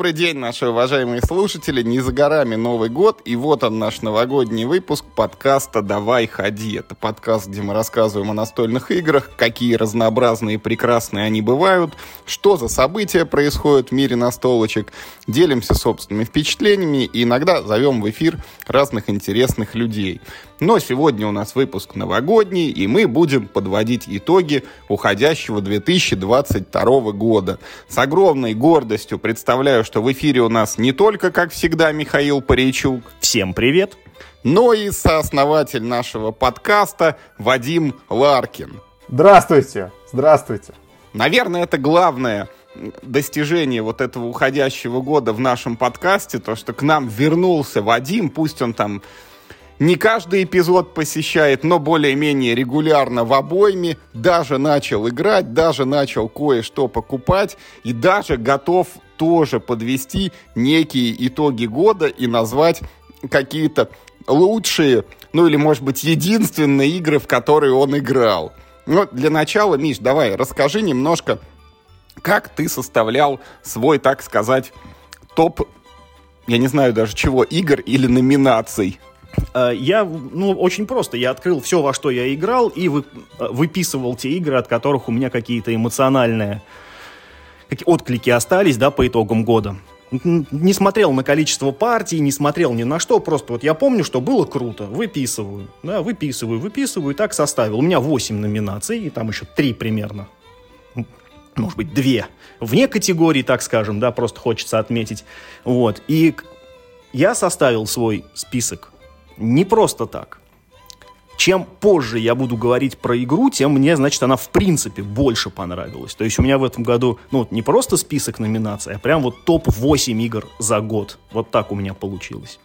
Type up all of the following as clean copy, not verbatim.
Добрый день, наши уважаемые слушатели. Не за горами Новый год, и вот он, наш новогодний выпуск подкаста «Давай, ходи». Это подкаст, где мы рассказываем о настольных играх, какие разнообразные и прекрасные они бывают, что за события происходят в мире настолочек, делимся собственными впечатлениями и иногда зовем в эфир разных интересных людей. Но сегодня у нас выпуск новогодний, и мы будем подводить итоги уходящего 2022 года. С огромной гордостью представляю, что в эфире у нас не только, как всегда, Михаил Парейчук. Всем привет! Но и сооснователь нашего подкаста Вадим Ларкин. Здравствуйте! Здравствуйте! Наверное, это главное достижение вот этого уходящего года в нашем подкасте, то, что к нам вернулся Вадим, пусть он там не каждый эпизод посещает, но более-менее регулярно в обойме, даже начал играть, даже начал кое-что покупать и даже готов тоже подвести некие итоги года и назвать какие-то лучшие, ну или, может быть, единственные игры, в которые он играл. Но для начала, Миш, давай, расскажи немножко, как ты составлял свой, так сказать, топ, я не знаю даже чего, игр или номинаций. Очень просто. Я открыл все, во что я играл, и выписывал те игры, от которых у меня какие-то эмоциональные отклики остались, да, по итогам года. Не смотрел на количество партий, не смотрел ни на что, просто вот я помню, что было круто, выписываю, и так составил. У меня 8 номинаций, и там еще 3 примерно, может быть, 2 вне категории, так скажем, да, просто хочется отметить. Вот, и я составил свой список не просто так. Чем позже я буду говорить про игру, тем мне, значит, она в принципе больше понравилась. То есть у меня в этом году, не просто список номинаций, а прям вот топ-8 игр за год. Вот так у меня получилось.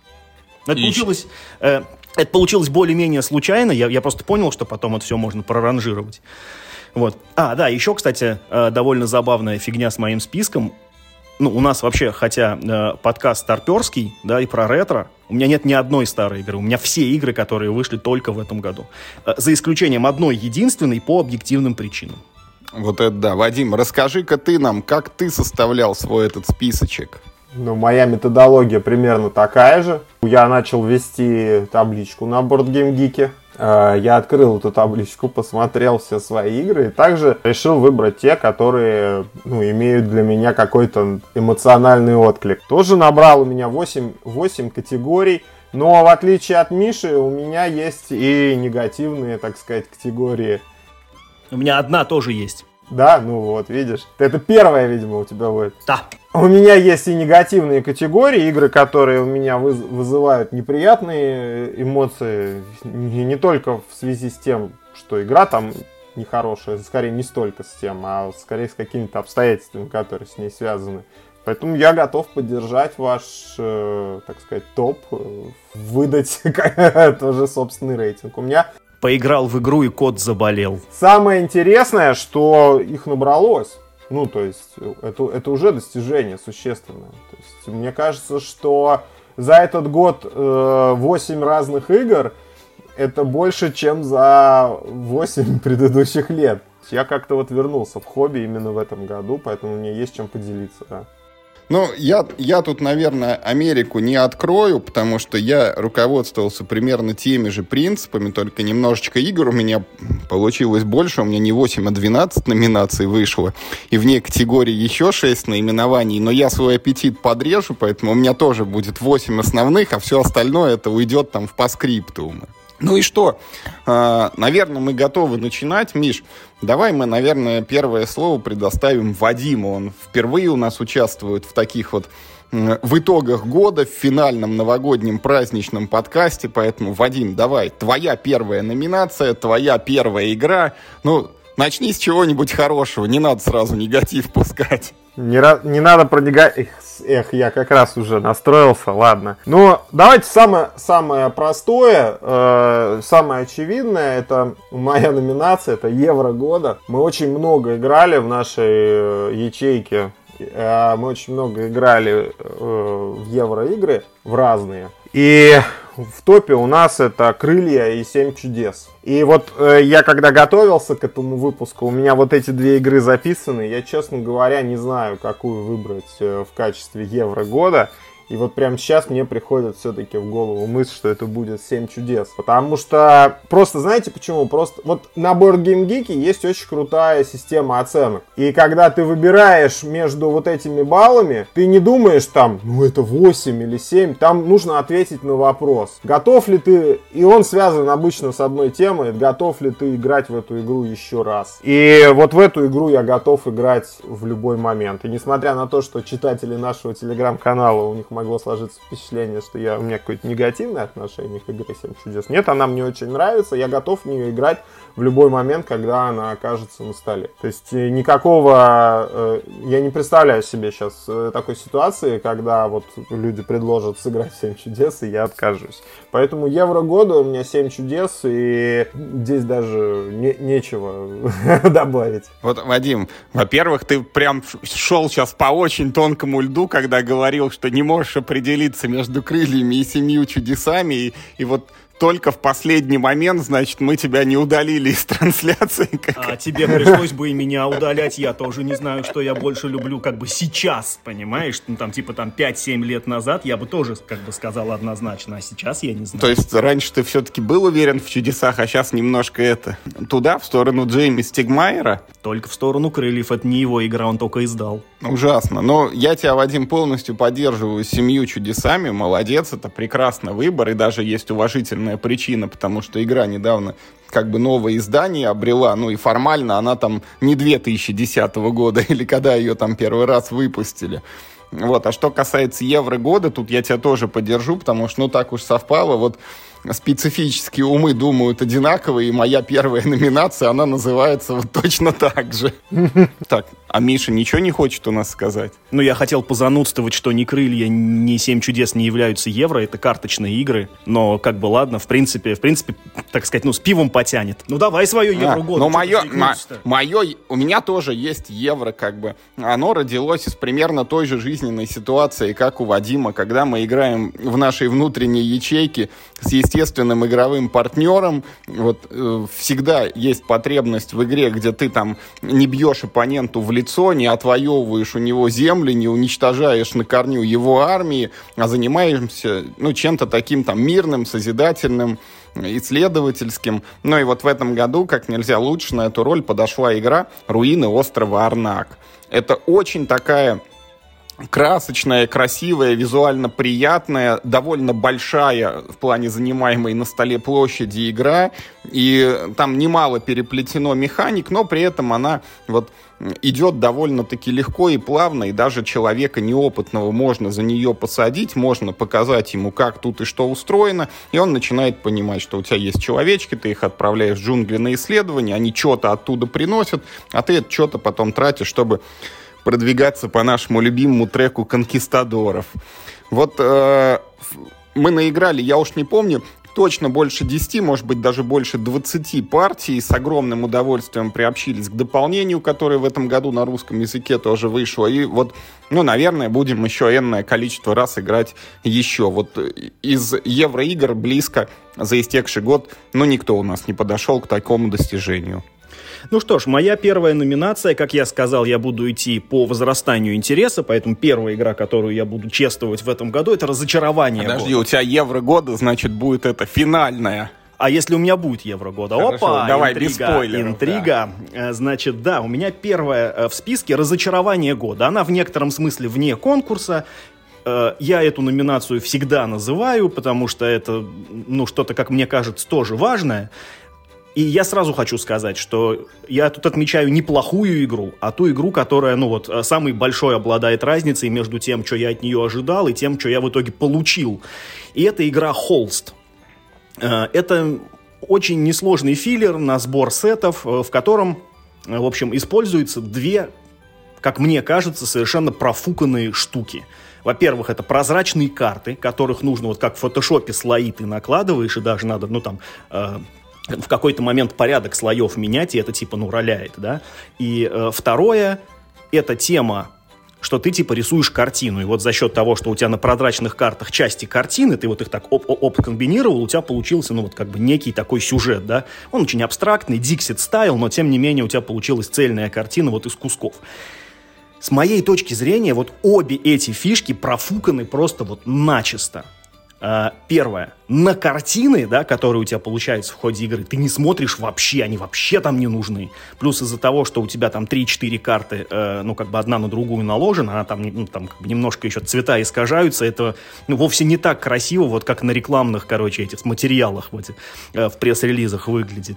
Это получилось более-менее случайно. Я просто понял, что потом это все можно проранжировать. Вот. Еще, кстати, довольно забавная фигня с моим списком. У нас вообще, хотя подкаст старперский, да, и про ретро, у меня нет ни одной старой игры. У меня все игры, которые вышли только в этом году. За исключением одной единственной по объективным причинам. Вот это да. Вадим, расскажи-ка ты нам, как ты составлял свой этот списочек? Моя методология примерно такая же. Я начал вести табличку на BoardGameGeek. Я открыл эту табличку, посмотрел все свои игры и также решил выбрать те, которые имеют для меня какой-то эмоциональный отклик. Тоже набрал у меня 8 категорий, но в отличие от Миши у меня есть и негативные, так сказать, категории. У меня одна тоже есть. Да, видишь. Это первая, видимо, у тебя будет. Да. У меня есть и негативные категории, игры, которые у меня вызывают неприятные эмоции, не только в связи с тем, что игра там нехорошая, скорее не столько с тем, а скорее с какими-то обстоятельствами, которые с ней связаны. Поэтому я готов поддержать ваш, так сказать, топ, выдать тоже собственный рейтинг. У меня поиграл в игру, и кот заболел. Самое интересное, что их набралось. Это уже достижение существенное. То есть, мне кажется, что за этот год 8 разных игр это больше, чем за 8 предыдущих лет. Я как-то вернулся в хобби именно в этом году, поэтому мне есть чем поделиться, да. Я тут, наверное, Америку не открою, потому что я руководствовался примерно теми же принципами, только немножечко игр у меня получилось больше. У меня не 8, а 12 номинаций вышло. И вне категории еще 6 наименований. Но я свой аппетит подрежу, поэтому у меня тоже будет 8 основных, а все остальное это уйдет там в постскриптумы. Ну и что? Наверное, мы готовы начинать. Миш, давай мы, наверное, первое слово предоставим Вадиму. Он впервые у нас участвует в таких вот в итогах года, в финальном новогоднем праздничном подкасте. Поэтому, Вадим, давай, твоя первая номинация, твоя первая игра. Начни с чего-нибудь хорошего, не надо сразу негатив пускать. Не надо про негатив. Я как раз уже настроился, ладно. Давайте самое простое, самое очевидное, это моя номинация, это Евро года. Мы очень много играли в нашей ячейке, мы очень много играли в евроигры, в разные. И в топе у нас это «Крылья» и «7 чудес». И вот я когда готовился к этому выпуску, у меня вот эти две игры записаны. Я, честно говоря, не знаю, какую выбрать в качестве Евро года. И вот прямо сейчас мне приходит все-таки в голову мысль, что это будет «7 чудес». Потому что, просто знаете почему? Просто вот на Board Game Geek есть очень крутая система оценок. И когда ты выбираешь между вот этими баллами, ты не думаешь там, ну это 8 или 7. Там нужно ответить на вопрос. Готов ли ты, и он связан обычно с одной темой, готов ли ты играть в эту игру еще раз. И вот в эту игру я готов играть в любой момент. И несмотря на то, что читатели нашего телеграм-канала, у них могло сложиться впечатление, что у меня какое-то негативное отношение к игре «7 чудес». Нет, она мне очень нравится, я готов в нее играть в любой момент, когда она окажется на столе. То есть никакого... Я не представляю себе сейчас такой ситуации, когда вот люди предложат сыграть «7 чудес, и я откажусь. Поэтому Евро года у меня «7 чудес, и здесь даже нечего добавить. Вот, Вадим, во-первых, ты прям шел сейчас по очень тонкому льду, когда говорил, что не можешь определиться между «Крыльями» и «7 чудесами, и вот только в последний момент, значит, мы тебя не удалили из трансляции. А тебе пришлось бы и меня удалять, я тоже не знаю, что я больше люблю как бы сейчас, понимаешь? Ну, там, типа, там, 5-7 лет назад я бы тоже, как бы, сказал однозначно, а сейчас я не знаю. То есть раньше ты все-таки был уверен в чудесах, а сейчас немножко туда, в сторону Джейми Стигмайера? Только в сторону «Крыльев», это не его игра, он только издал. Ужасно. Но я тебя, Вадим, полностью поддерживаю «7 чудесами. Молодец, это прекрасный выбор. И даже есть уважительная причина, потому что игра недавно как бы новое издание обрела. Ну и формально она там не 2010 года, или когда ее там первый раз выпустили. Вот. А что касается Евро года, тут я тебя тоже поддержу, потому что, ну, так уж совпало. Вот специфические умы думают одинаково, и моя первая номинация, она называется вот точно так же. Так, а Миша ничего не хочет у нас сказать? Ну, я хотел позанудствовать, что ни «Крылья», ни «7 чудес» не являются Евро, это карточные игры, но как бы ладно, в принципе, так сказать, ну, с пивом потянет. Ну, давай свое Евро года. Ну, у меня тоже есть Евро, как бы. Оно родилось из примерно той же жизненной ситуации, как у Вадима, когда мы играем в нашей внутренней ячейке с естественным игровым партнером. Вот всегда есть потребность в игре, где ты там не бьешь оппоненту в лицо, не отвоевываешь у него земли, не уничтожаешь на корню его армии, а занимаешься, ну, чем-то таким там мирным, созидательным, исследовательским. Ну и вот в этом году, как нельзя лучше, на эту роль подошла игра «Руины острова Арнак». Это очень такая красочная, красивая, визуально приятная, довольно большая в плане занимаемой на столе площади игра, и там немало переплетено механик, но при этом она вот идет довольно-таки легко и плавно, и даже человека неопытного можно за нее посадить, можно показать ему, как тут и что устроено, и он начинает понимать, что у тебя есть человечки, ты их отправляешь в джунгли на исследование, они что-то оттуда приносят, а ты это что-то потом тратишь, чтобы продвигаться по нашему любимому треку «Конкистадоров». Вот мы наиграли, я уж не помню, точно больше 10, может быть, даже больше 20 партий, с огромным удовольствием приобщились к дополнению, которое в этом году на русском языке тоже вышло. И вот, ну, наверное, будем еще энное количество раз играть еще. Вот из евроигр близко за истекший год, ну, никто у нас не подошел к такому достижению. Ну что ж, моя первая номинация, как я сказал, я буду идти по возрастанию интереса, поэтому первая игра, которую я буду чествовать в этом году, это «Разочарование года». Подожди, у тебя Евро года, значит, будет это финальная. А если у меня будет Евро года? Хорошо, опа, давай, интрига, без спойлеров, интрига. Да. Значит, да, у меня первая в списке «Разочарование года». Она в некотором смысле вне конкурса. Я эту номинацию всегда называю, потому что это, ну, что-то, как мне кажется, тоже важное. И я сразу хочу сказать, что я тут отмечаю не плохую игру, а ту игру, которая, ну вот, самой большой обладает разницей между тем, что я от нее ожидал, и тем, что я в итоге получил. И это игра «Холст». Это очень несложный филлер на сбор сетов, в котором, в общем, используются две, как мне кажется, совершенно профуканные штуки. Во-первых, это прозрачные карты, которых нужно, вот как в фотошопе, слои ты накладываешь, и даже надо, ну там... в какой-то момент порядок слоев менять, и это типа, ну, роляет, да. И второе, это тема что ты типа рисуешь картину, и вот за счет того, что у тебя на прозрачных картах части картины, ты вот их так комбинировал, у тебя получился, ну вот как бы некий такой сюжет, да, он очень абстрактный, Dixit стайл, но тем не менее у тебя получилась цельная картина вот из кусков. С моей точки зрения, вот обе эти фишки профуканы просто вот начисто. Первое. На картины, да, которые у тебя получаются в ходе игры, ты не смотришь вообще, они вообще там не нужны. Плюс из-за того, что у тебя там 3-4 карты, ну, как бы одна на другую наложена, она там, ну, там как бы немножко еще цвета искажаются, это, ну, вовсе не так красиво, вот как на рекламных, короче, этих материалах, вот, в пресс-релизах выглядит.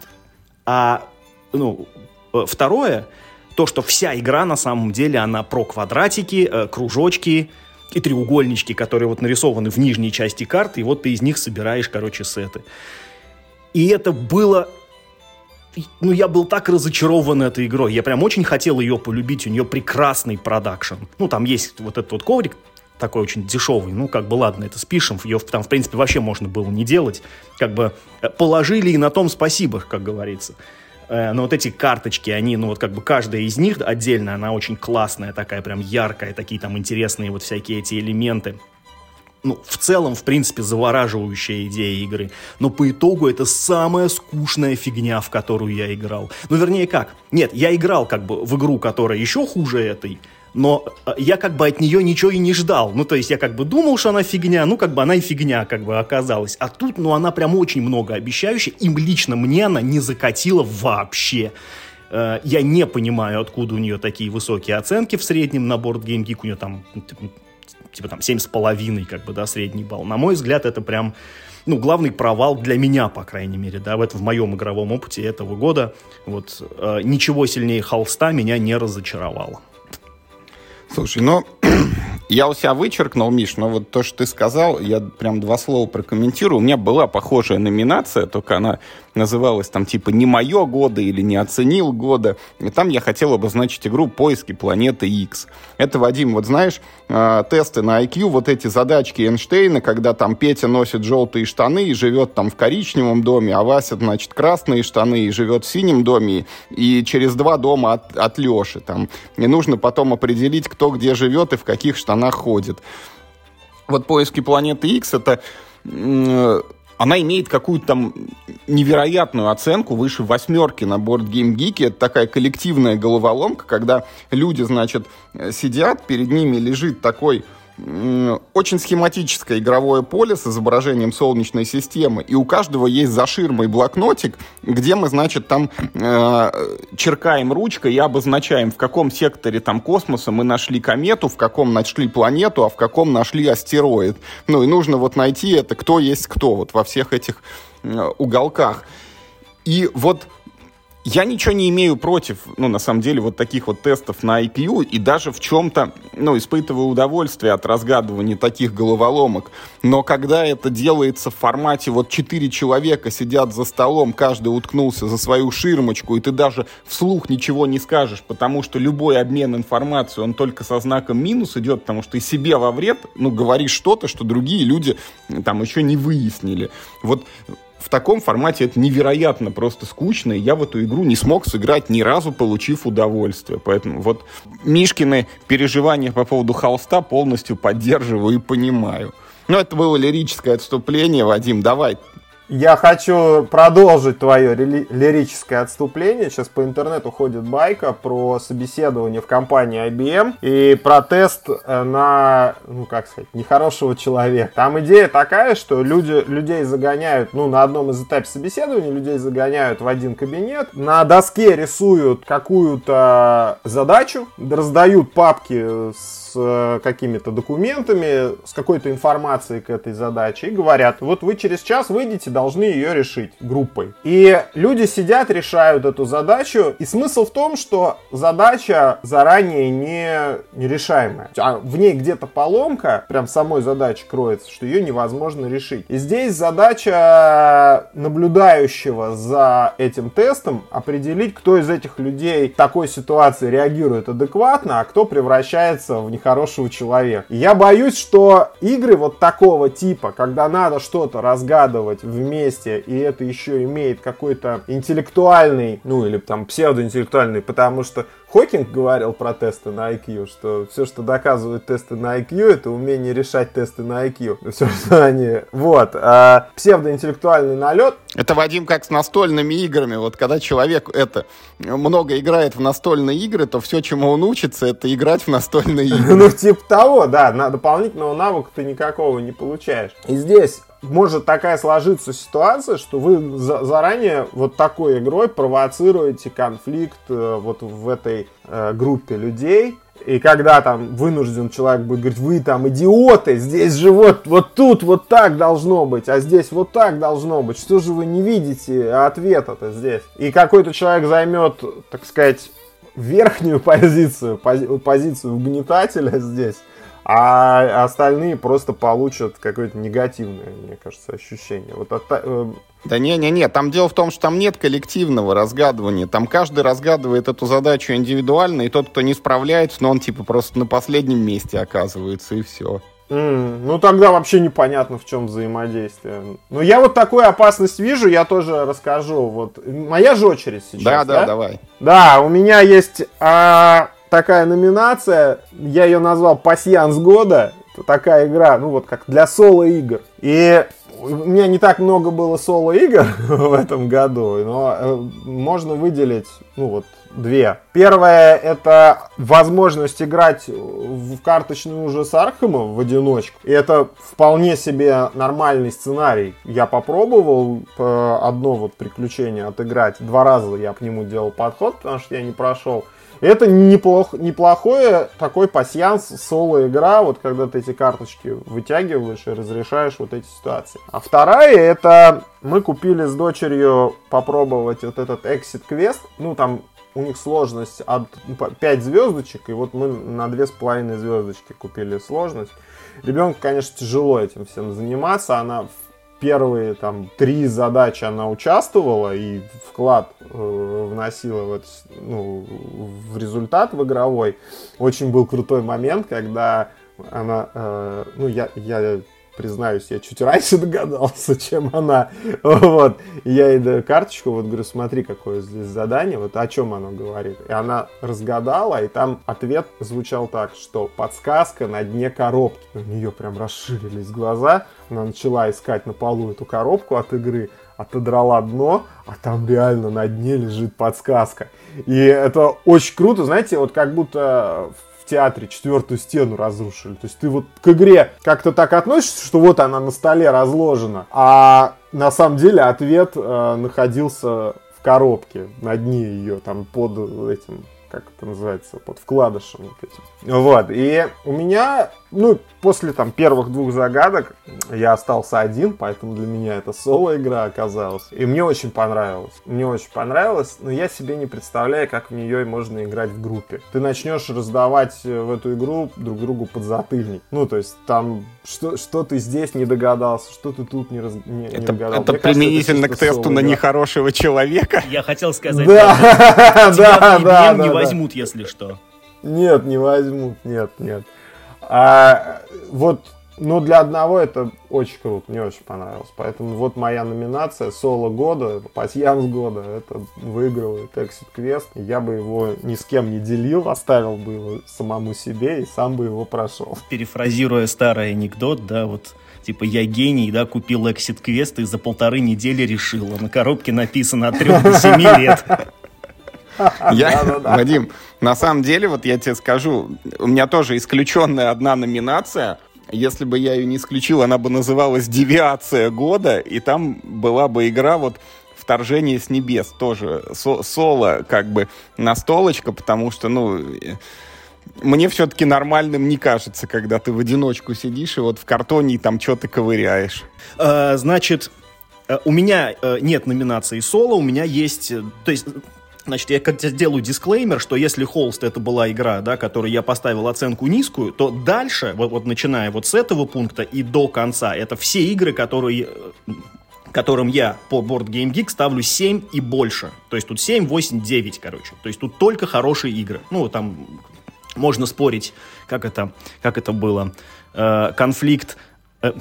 Ну, второе, то, что вся игра на самом деле, она про квадратики, кружочки и треугольнички, которые вот нарисованы в нижней части карты, и вот ты из них собираешь, короче, сеты. И это было... Ну, я был так разочарован этой игрой. Я прям очень хотел ее полюбить. У нее прекрасный продакшн. Ну, там есть вот этот вот коврик, такой очень дешевый. Ну, как бы, ладно, это спишем. Ее там, в принципе, вообще можно было не делать. Как бы положили, и на том спасибо, как говорится. Но вот эти карточки, они, ну вот как бы каждая из них отдельно, она очень классная, такая прям яркая, такие там интересные вот всякие эти элементы. Ну, в целом, в принципе, завораживающая идея игры. Но по итогу это самая скучная фигня, в которую я играл. Ну, вернее, как? Нет, я играл как бы в игру, которая еще хуже этой, но я как бы от нее ничего и не ждал. Ну, то есть я как бы думал, что она фигня, ну, как бы она и фигня как бы оказалась. А тут, ну, она прям очень многообещающая, и лично мне она не закатила вообще. Я не понимаю, откуда у нее такие высокие оценки в среднем на Board Game Geek. У нее там, типа там 7,5, как бы, да, средний балл. На мой взгляд, это прям, ну, главный провал для меня, по крайней мере, да, в моем игровом опыте этого года. Вот ничего сильнее холста меня не разочаровало. Слушай, ну, я у себя вычеркнул, Миш, но вот то, что ты сказал, я прям 2 слова прокомментирую. У меня была похожая номинация, только она называлась там типа «Не мое года» или «Не оценил года». И там я хотел обозначить игру «Поиски планеты X». Это, Вадим, вот знаешь, тесты на IQ, вот эти задачки Эйнштейна, когда там Петя носит желтые штаны и живет там в коричневом доме, а Вася, значит, красные штаны и живет в синем доме, и через 2 дома от Леши там. И нужно потом определить, кто где живет и в каких штанах ходит. Вот «Поиски планеты X» это... Она имеет какую-то там невероятную оценку, выше 8 на Board Game Geek. Это такая коллективная головоломка, когда люди, значит, сидят, перед ними лежит такой очень схематическое игровое поле с изображением Солнечной системы, и у каждого есть за ширмой блокнотик, где мы, значит, там черкаем ручкой и обозначаем, в каком секторе там космоса мы нашли комету, в каком нашли планету, а в каком нашли астероид. Ну и нужно вот найти это, кто есть кто, вот во всех этих уголках. И вот я ничего не имею против, ну, на самом деле, вот таких вот тестов на IQ, и даже в чем-то, ну, испытываю удовольствие от разгадывания таких головоломок. Но когда это делается в формате вот 4 человека сидят за столом, каждый уткнулся за свою ширмочку, и ты даже вслух ничего не скажешь, потому что любой обмен информацией, он только со знаком минус идет, потому что ты себе во вред, ну, говоришь что-то, что другие люди там еще не выяснили. Вот в таком формате это невероятно просто скучно, и я в эту игру не смог сыграть, ни разу получив удовольствие. Поэтому вот Мишкины переживания по поводу холста полностью поддерживаю и понимаю. Но это было лирическое отступление, Вадим, давай. Я хочу продолжить твое лирическое отступление. Сейчас по интернету ходит байка про собеседование в компании IBM и про тест на, ну как сказать, нехорошего человека. Там идея такая, что людей загоняют, ну на одном из этапов собеседования людей загоняют в один кабинет, на доске рисуют какую-то задачу, раздают папки с какими-то документами, с какой-то информацией к этой задаче и говорят, вот вы через час выйдете, должны ее решить группой. И люди сидят, решают эту задачу, и смысл в том, что задача заранее нерешаемая. А в ней где-то поломка, прям в самой задаче кроется, что ее невозможно решить. И здесь задача наблюдающего за этим тестом определить, кто из этих людей в такой ситуации реагирует адекватно, а кто превращается в нехорошего человека. И я боюсь, что игры вот такого типа, когда надо что-то разгадывать в вместе, и это еще имеет какой-то интеллектуальный, ну или там псевдоинтеллектуальный, потому что Хокинг говорил про тесты на IQ, что все, что доказывают тесты на IQ, это умение решать тесты на IQ. Все, что они... Вот. А псевдоинтеллектуальный налет... Это, Вадим, как с настольными играми. Вот когда человек много играет в настольные игры, то все, чему он учится, это играть в настольные игры. Ну, типа того, да. Дополнительного навыка ты никакого не получаешь. И здесь может такая сложиться ситуация, что вы заранее вот такой игрой провоцируете конфликт вот в этой группе людей. И когда там вынужден человек будет говорить, вы там идиоты, здесь же вот тут вот так должно быть, а здесь вот так должно быть, что же вы не видите ответа-то здесь? И какой-то человек займет, так сказать, верхнюю позицию угнетателя здесь, а остальные просто получат какое-то негативное, мне кажется, ощущение. Да не, там дело в том, что там нет коллективного разгадывания. Там каждый разгадывает эту задачу индивидуально, и тот, кто не справляется, но он типа просто на последнем месте оказывается, и все. Ну тогда вообще непонятно, в чем взаимодействие. Ну я вот такую опасность вижу, я тоже расскажу. Вот моя же очередь сейчас. Да, давай. Да, у меня есть такая номинация, я ее назвал «Пасьянс года». Это такая игра, ну вот как для соло-игр. И у меня не так много было соло-игр в этом году, но можно выделить, ну вот, две. Первая — это возможность играть в карточный ужас Аркхема в одиночку. И это вполне себе нормальный сценарий. Я попробовал одно вот приключение отыграть. 2 раза я к нему делал подход, потому что я не прошел. Это неплохое такой пасьянс, соло-игра, вот когда ты эти карточки вытягиваешь и разрешаешь вот эти ситуации. А вторая — это мы купили с дочерью попробовать вот этот Exit Quest. Ну, там у них сложность от 5 звездочек, и вот мы на 2,5 звездочки купили сложность. Ребенку, конечно, тяжело этим всем заниматься, она первые там 3 задачи она участвовала и вклад вносила в результат в игровой. Очень был крутой момент, когда она, я признаюсь, я чуть раньше догадался, чем она. Вот. И я ей даю карточку, вот говорю, смотри, какое здесь задание, вот о чем оно говорит. И она разгадала, и там ответ звучал так, что подсказка на дне коробки. У нее прям расширились глаза, она начала искать на полу эту коробку от игры, отодрала дно, а там реально на дне лежит подсказка. И это очень круто, знаете, вот как будто в театре 4-ю стену разрушили. То есть ты вот к игре как-то так относишься, что вот она на столе разложена, а на самом деле ответ находился в коробке, на дне ее, там под этим, как это называется, под вкладышем вот этим. Вот, и у меня, после там первых 2 загадок я остался один, поэтому для меня это соло-игра оказалась. И мне очень понравилось. Но я себе не представляю, как в нее можно играть в группе. Ты начнешь раздавать в эту игру друг другу подзатыльник. Ну, то есть там, что ты здесь не догадался, что ты тут не догадался. Это применительно к тесту на нехорошего человека. Я хотел сказать, да, не возьмут, если что. Нет, не возьмут, нет. А вот, для одного это очень круто, мне очень понравилось. Поэтому вот моя номинация соло года, пасьянс года, это выигрывает Exit Quest. Я бы его ни с кем не делил, оставил бы его самому себе и сам бы его прошел. Перефразируя старый анекдот, да, вот типа я гений, да, купил Exit Quest и за 1,5 недели решил. А на коробке написано от 3 до 7 лет. Вадим, на самом деле, вот я тебе скажу, у меня тоже исключенная одна номинация. Если бы я ее не исключил, она бы называлась «Девиация года», и там была бы игра вот «Вторжение с небес», тоже соло, как бы настолочка, потому что, мне все-таки нормальным не кажется, когда ты в одиночку сидишь и вот в картоне и там что-то ковыряешь. Значит, у меня нет номинации соло, у меня есть, то есть... Значит, я как-то сделаю дисклеймер, что если Холст это была игра, да, которой я поставил оценку низкую, то дальше, вот начиная вот с этого пункта и до конца, это все игры, которым я по Board Game Geek ставлю 7 и больше. То есть тут 7, 8, 9, короче. То есть тут только хорошие игры. Там можно спорить, как это было. Конфликт...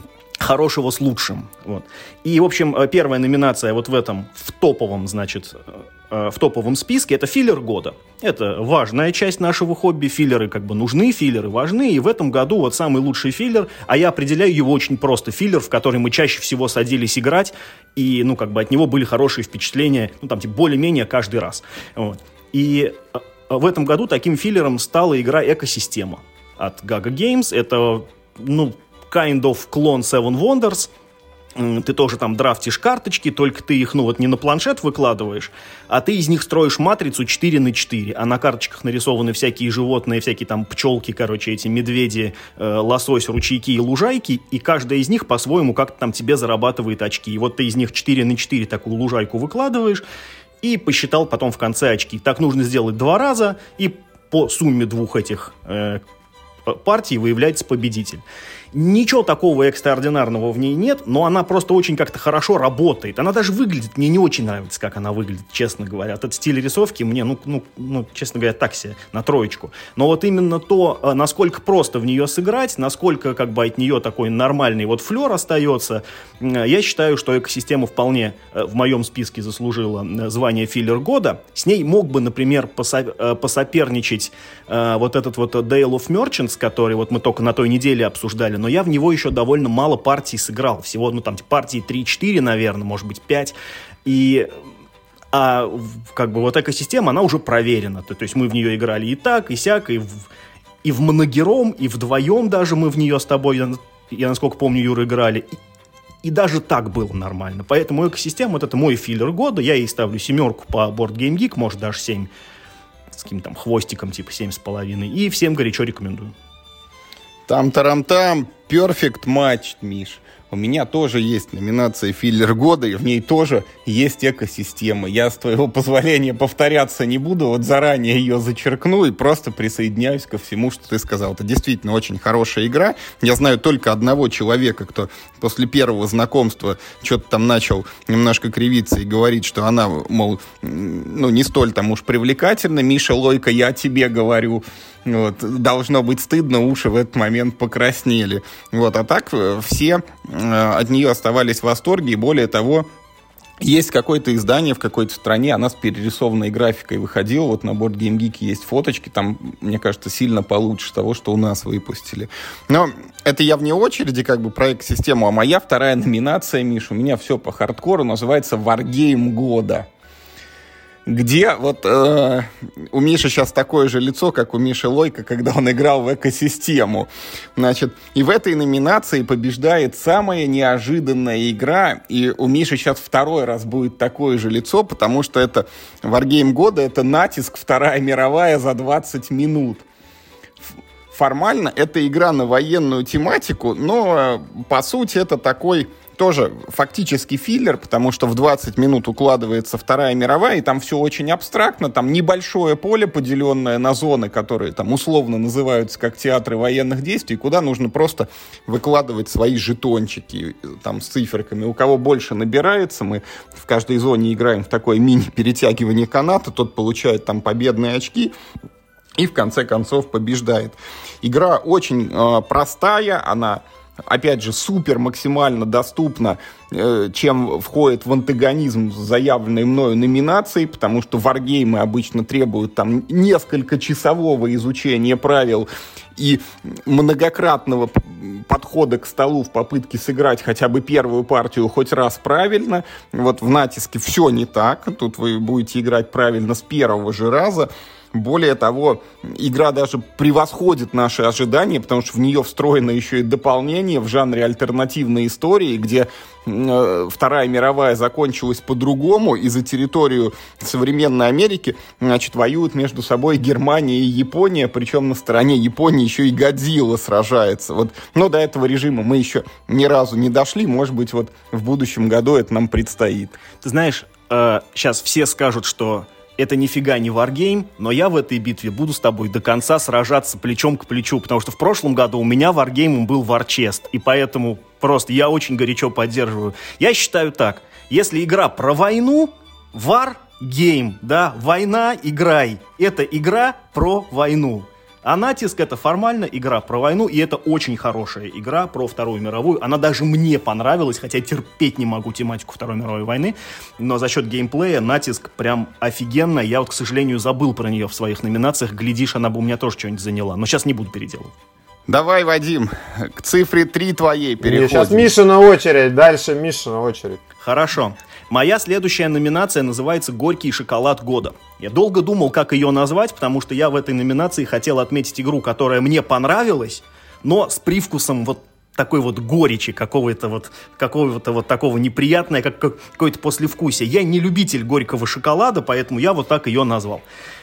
хорошего с лучшим. Вот. И, в общем, первая номинация вот в этом, в топовом, значит, в топовом списке, это филлер года. Это важная часть нашего хобби. Филлеры как бы нужны, филлеры важны. И в этом году вот самый лучший филлер, а я определяю его очень просто, филлер, в который мы чаще всего садились играть, и, ну, как бы от него были хорошие впечатления, ну, там, типа, более-менее каждый раз. Вот. И в этом году таким филлером стала игра «Экосистема» от Gaga Games. Это, ну, kind of клон Seven Wonders. Ты тоже там драфтишь карточки, только ты их, ну, вот не на планшет выкладываешь, а ты из них строишь матрицу 4×4, а на карточках нарисованы всякие животные, всякие там пчелки, короче, эти медведи, лосось, ручейки и лужайки, и каждая из них по-своему как-то там тебе зарабатывает очки. И вот ты из них 4×4 такую лужайку выкладываешь, и посчитал потом в конце очки. Так нужно сделать 2 раза, и по сумме 2 этих партий выявляется победитель. Ничего такого экстраординарного в ней нет, но она просто очень как-то хорошо работает. Она даже выглядит, мне не очень нравится, как она выглядит, честно говоря. Этот стиль рисовки мне, ну, честно говоря, так себе, на 3. Но вот именно то, насколько просто в нее сыграть, насколько как бы от нее такой нормальный вот флер остается, я считаю, что экосистема вполне в моем списке заслужила звание филлер года. С ней мог бы, например, посоперничать вот этот вот Dale of Merchants, который вот мы только на той неделе обсуждали, но я в него еще довольно мало партий сыграл. Всего, ну, там, партии 3-4, наверное, может быть, 5. И как бы вот экосистема, она уже проверена. То есть мы в нее играли и так, и сяк, и в моногером, и вдвоем даже мы в нее с тобой, я насколько помню, Юра, играли. И даже так было нормально. Поэтому экосистема, вот это мой филлер года. Я ей ставлю 7 по Board Game Geek, может, даже 7 с каким-то там хвостиком, типа 7,5. И всем горячо рекомендую. Там-тарам-там, Perfect Match, Миш. У меня тоже есть номинация «Филлер года», и в ней тоже есть экосистема. Я, с твоего позволения, повторяться не буду, вот заранее ее зачеркну и просто присоединяюсь ко всему, что ты сказал. Это действительно очень хорошая игра. Я знаю только одного человека, кто после первого знакомства что-то там начал немножко кривиться и говорить, что она, мол, ну, не столь там уж привлекательна. Миша Лойко, я тебе говорю. Вот, должно быть стыдно, уши в этот момент покраснели. Вот, а так все от нее оставались в восторге, и более того, есть какое-то издание в какой-то стране, она с перерисованной графикой выходила, вот на Board Game Geek есть фоточки, там, мне кажется, сильно получше того, что у нас выпустили. Но это я вне очереди, как бы, про экосистему, а моя вторая номинация, Миш, у меня все по хардкору, называется Wargame года. Где вот у Миши сейчас такое же лицо, как у Миши Лойко, когда он играл в экосистему. Значит, и в этой номинации побеждает самая неожиданная игра, и у Миши сейчас 2 раз будет такое же лицо, потому что это Wargame года, это «Натиск. Вторая мировая за 20 минут». Формально это игра на военную тематику, но по сути это такой тоже фактически филлер, потому что в 20 минут укладывается Вторая мировая, и там все очень абстрактно, там небольшое поле, поделенное на зоны, которые там условно называются как театры военных действий, куда нужно просто выкладывать свои жетончики там с циферками. У кого больше набирается, мы в каждой зоне играем в такое мини-перетягивание каната, тот получает там победные очки, и в конце концов побеждает. Игра очень простая, она, опять же, супер максимально доступна, чем входит в антагонизм заявленной мною номинацией, потому что варгеймы обычно требуют там несколькочасового изучения правил и многократного подхода к столу в попытке сыграть хотя бы первую партию хоть раз правильно. Вот в «Натиске» все не так. Тут вы будете играть правильно с первого же раза. Более того, игра даже превосходит наши ожидания, потому что в нее встроено еще и дополнение в жанре альтернативной истории, где Вторая мировая закончилась по-другому, и за территорию современной Америки, значит, воюют между собой Германия и Япония, причем на стороне Японии еще и Годзилла сражается. Вот. Но до этого режима мы еще ни разу не дошли, может быть, вот в будущем году это нам предстоит. Ты знаешь, сейчас все скажут, что это нифига не варгейм, но я в этой битве буду с тобой до конца сражаться плечом к плечу, потому что в прошлом году у меня варгеймом был Варчест, и поэтому просто я очень горячо поддерживаю. Я считаю так, если игра про войну, варгейм, да, война, играй. Это игра про войну. А «Натиск» — это формально игра про войну, и это очень хорошая игра про Вторую мировую. Она даже мне понравилась, хотя терпеть не могу тематику Второй мировой войны, но за счет геймплея «Натиск» прям офигенно. Я вот, к сожалению, забыл про нее в своих номинациях. Глядишь, она бы у меня тоже что-нибудь заняла. Но сейчас не буду переделывать. Давай, Вадим, к цифре 3 твоей переходим. Сейчас Мишина очередь, дальше Мишина очередь. Хорошо. Моя следующая номинация называется «Горький шоколад года». Я долго думал, как ее назвать, потому что я в этой номинации хотел отметить игру, которая мне понравилась, но с привкусом вот такой вот горечи, какого-то вот такого неприятного, как какое-то послевкусие. Я не любитель горького шоколада, поэтому я вот так ее назвал.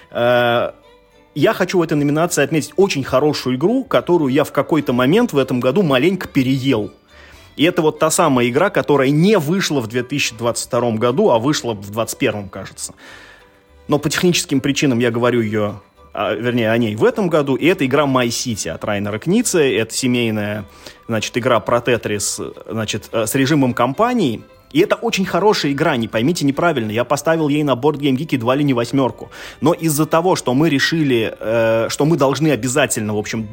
Я хочу в этой номинации отметить очень хорошую игру, которую я в какой-то момент в этом году маленько переел. И это вот та самая игра, которая не вышла в 2022 году, а вышла в 2021, кажется. Но по техническим причинам я говорю о ней в этом году. И это игра My City от Райнера Книце. Это семейная, игра про Тетрис, с режимом кампании. И это очень хорошая игра, не поймите неправильно. Я поставил ей на Board Game Geek едва ли не 8. Но из-за того, что мы решили, что мы должны обязательно, в общем,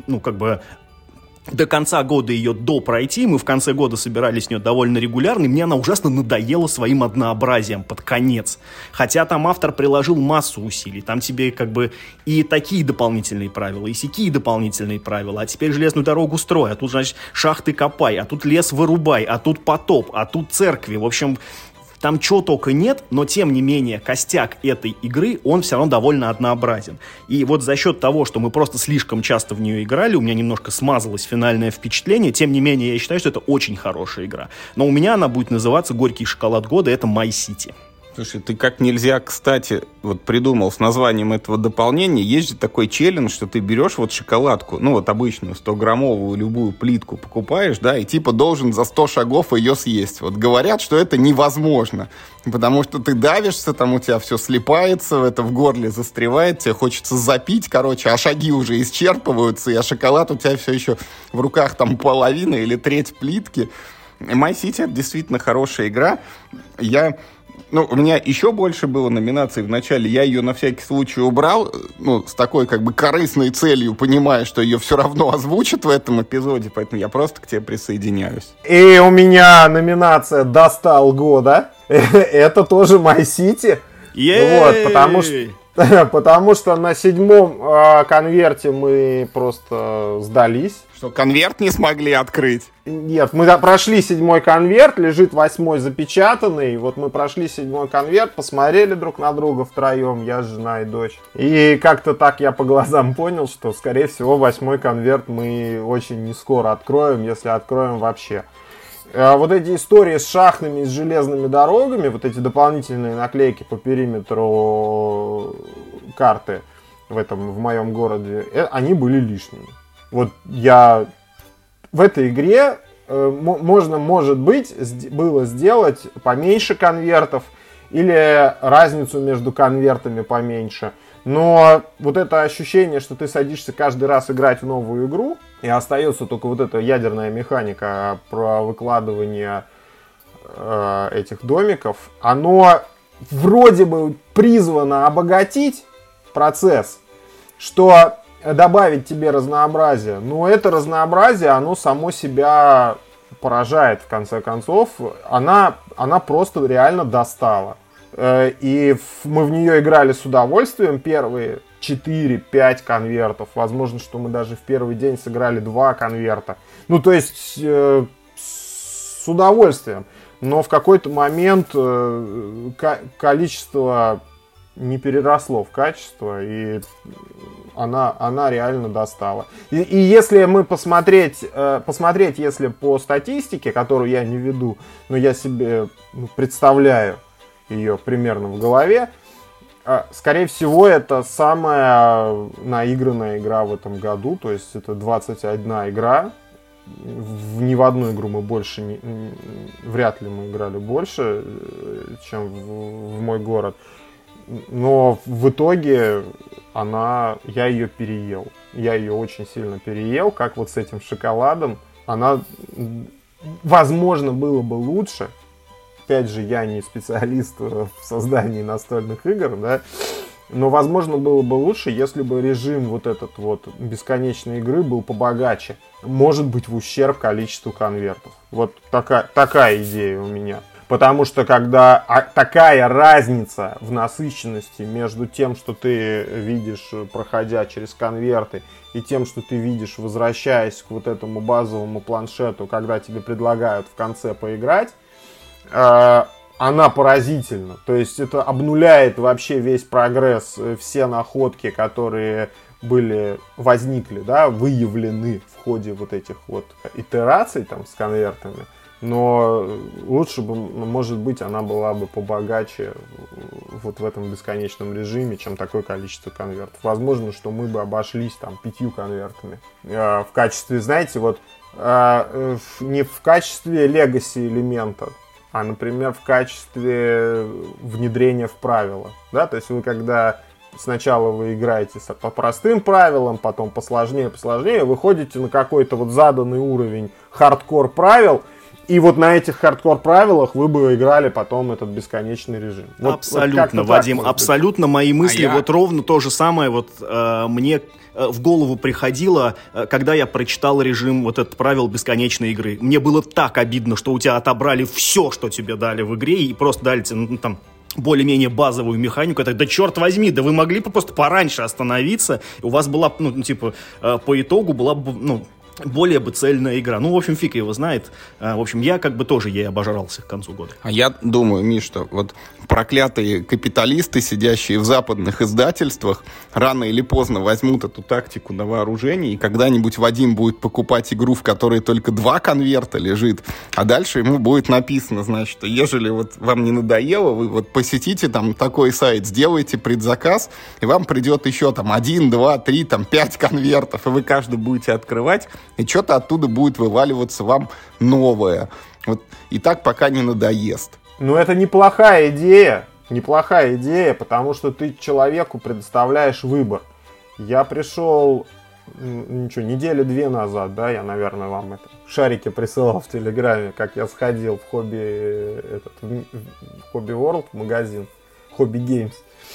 до конца года ее пройти, мы в конце года собирались с нее довольно регулярно, и мне она ужасно надоела своим однообразием под конец. Хотя там автор приложил массу усилий, там тебе и такие дополнительные правила, и сякие дополнительные правила, а теперь железную дорогу строй, а тут, шахты копай, а тут лес вырубай, а тут потоп, а тут церкви, в общем... Там чего только нет, но тем не менее костяк этой игры, он все равно довольно однообразен. И вот за счет того, что мы просто слишком часто в нее играли, у меня немножко смазалось финальное впечатление, тем не менее я считаю, что это очень хорошая игра. Но у меня она будет называться «Горький шоколад года», это My City. Слушай, ты как нельзя, кстати, придумал с названием этого дополнения. Есть же такой челлендж, что ты берешь шоколадку, обычную 100-граммовую любую плитку покупаешь, да, и должен за 100 шагов ее съесть. Говорят, что это невозможно, потому что ты давишься, там у тебя все слипается, это в горле застревает, тебе хочется запить, а шаги уже исчерпываются, а шоколад у тебя все еще в руках там половина или треть плитки. My City — это действительно хорошая игра. У меня еще больше было номинаций в начале. Я ее на всякий случай убрал, с такой корыстной целью, понимая, что ее все равно озвучат в этом эпизоде, поэтому я просто к тебе присоединяюсь. И у меня номинация «Достал года». Это тоже My City. Потому что на 7 конверте мы просто сдались. Что, конверт не смогли открыть? Нет, мы прошли 7 конверт, лежит 8 запечатанный. Мы прошли 7 конверт, посмотрели друг на друга втроем, я, жена и дочь. И как-то так я по глазам понял, что, скорее всего, 8 конверт мы очень не скоро откроем, если откроем вообще. Эти истории с шахтами и с железными дорогами, эти дополнительные наклейки по периметру карты в моем городе, они были лишними. В этой игре может быть, было сделать поменьше конвертов или разницу между конвертами поменьше. Но это ощущение, что ты садишься каждый раз играть в новую игру, и остается только эта ядерная механика про выкладывание этих домиков, оно вроде бы призвано обогатить процесс, что добавить тебе разнообразие, но это разнообразие, оно само себя поражает, в конце концов. Она просто реально достала. И мы в нее играли с удовольствием первые 4-5 конвертов. Возможно, что мы даже в первый день сыграли 2 конверта. То есть с удовольствием. Но в какой-то момент количество не переросло в качество, и она реально достала. И если мы посмотреть, если по статистике, которую я не веду, но я себе представляю ее примерно в голове, скорее всего, это самая наигранная игра в этом году, то есть это 21 игра. Ни в одну игру мы больше вряд ли мы играли больше, чем в мой город. Но в итоге я ее переел. Я ее очень сильно переел, как с этим шоколадом. Она, возможно, было бы лучше. Опять же, я не специалист в создании настольных игр, да. Но, возможно, было бы лучше, если бы режим вот этот вот бесконечной игры был побогаче. Может быть, в ущерб количеству конвертов. Вот такая идея у меня. Потому что когда такая разница в насыщенности между тем, что ты видишь, проходя через конверты, и тем, что ты видишь, возвращаясь к вот этому базовому планшету, когда тебе предлагают в конце поиграть, она поразительна. То есть это обнуляет вообще весь прогресс, все находки, которые возникли, да, выявлены в ходе вот этих вот итераций там с конвертами. Но лучше бы, может быть, она была бы побогаче вот в этом бесконечном режиме, чем такое количество конвертов. Возможно, что мы бы обошлись там 5 конвертами. В качестве, знаете, вот не в качестве легаси элемента, а, например, в качестве внедрения в правила. Да? То есть вы когда сначала вы играете по простым правилам, потом посложнее, выходите на какой-то вот заданный уровень хардкор правил, и вот на этих хардкор правилах вы бы играли потом этот бесконечный режим. Вот, абсолютно, вот Вадим, абсолютно мои мысли. Вот ровно то же самое вот мне в голову приходило, когда я прочитал режим вот этот правил бесконечной игры. Мне было так обидно, что у тебя отобрали все, что тебе дали в игре, и просто дали тебе, там, более-менее базовую механику. Это, да черт возьми, да вы могли бы просто пораньше остановиться, и у вас была, по итогу была бы, более бы цельная игра. В общем, фиг его знает. В общем, я как бы тоже ей обожрался к концу года. А я думаю, Миш, что вот проклятые капиталисты, сидящие в западных издательствах, рано или поздно возьмут эту тактику на вооружение, и когда-нибудь Вадим будет покупать игру, в которой только 2 конверта лежит, а дальше ему будет написано, значит, ежели вот вам не надоело, вы вот посетите там такой сайт, сделайте предзаказ, и вам придет еще там 1, 2, 3, там 5 конвертов, и вы каждый будете открывать, и что-то оттуда будет вываливаться вам новое. Вот. И так пока не надоест. Это неплохая идея. Неплохая идея, потому что ты человеку предоставляешь выбор. Я пришел, недели 2 назад, да, я, наверное, вам шарики присылал в Телеграме, как я сходил в Hobby World магазин, Hobby Games.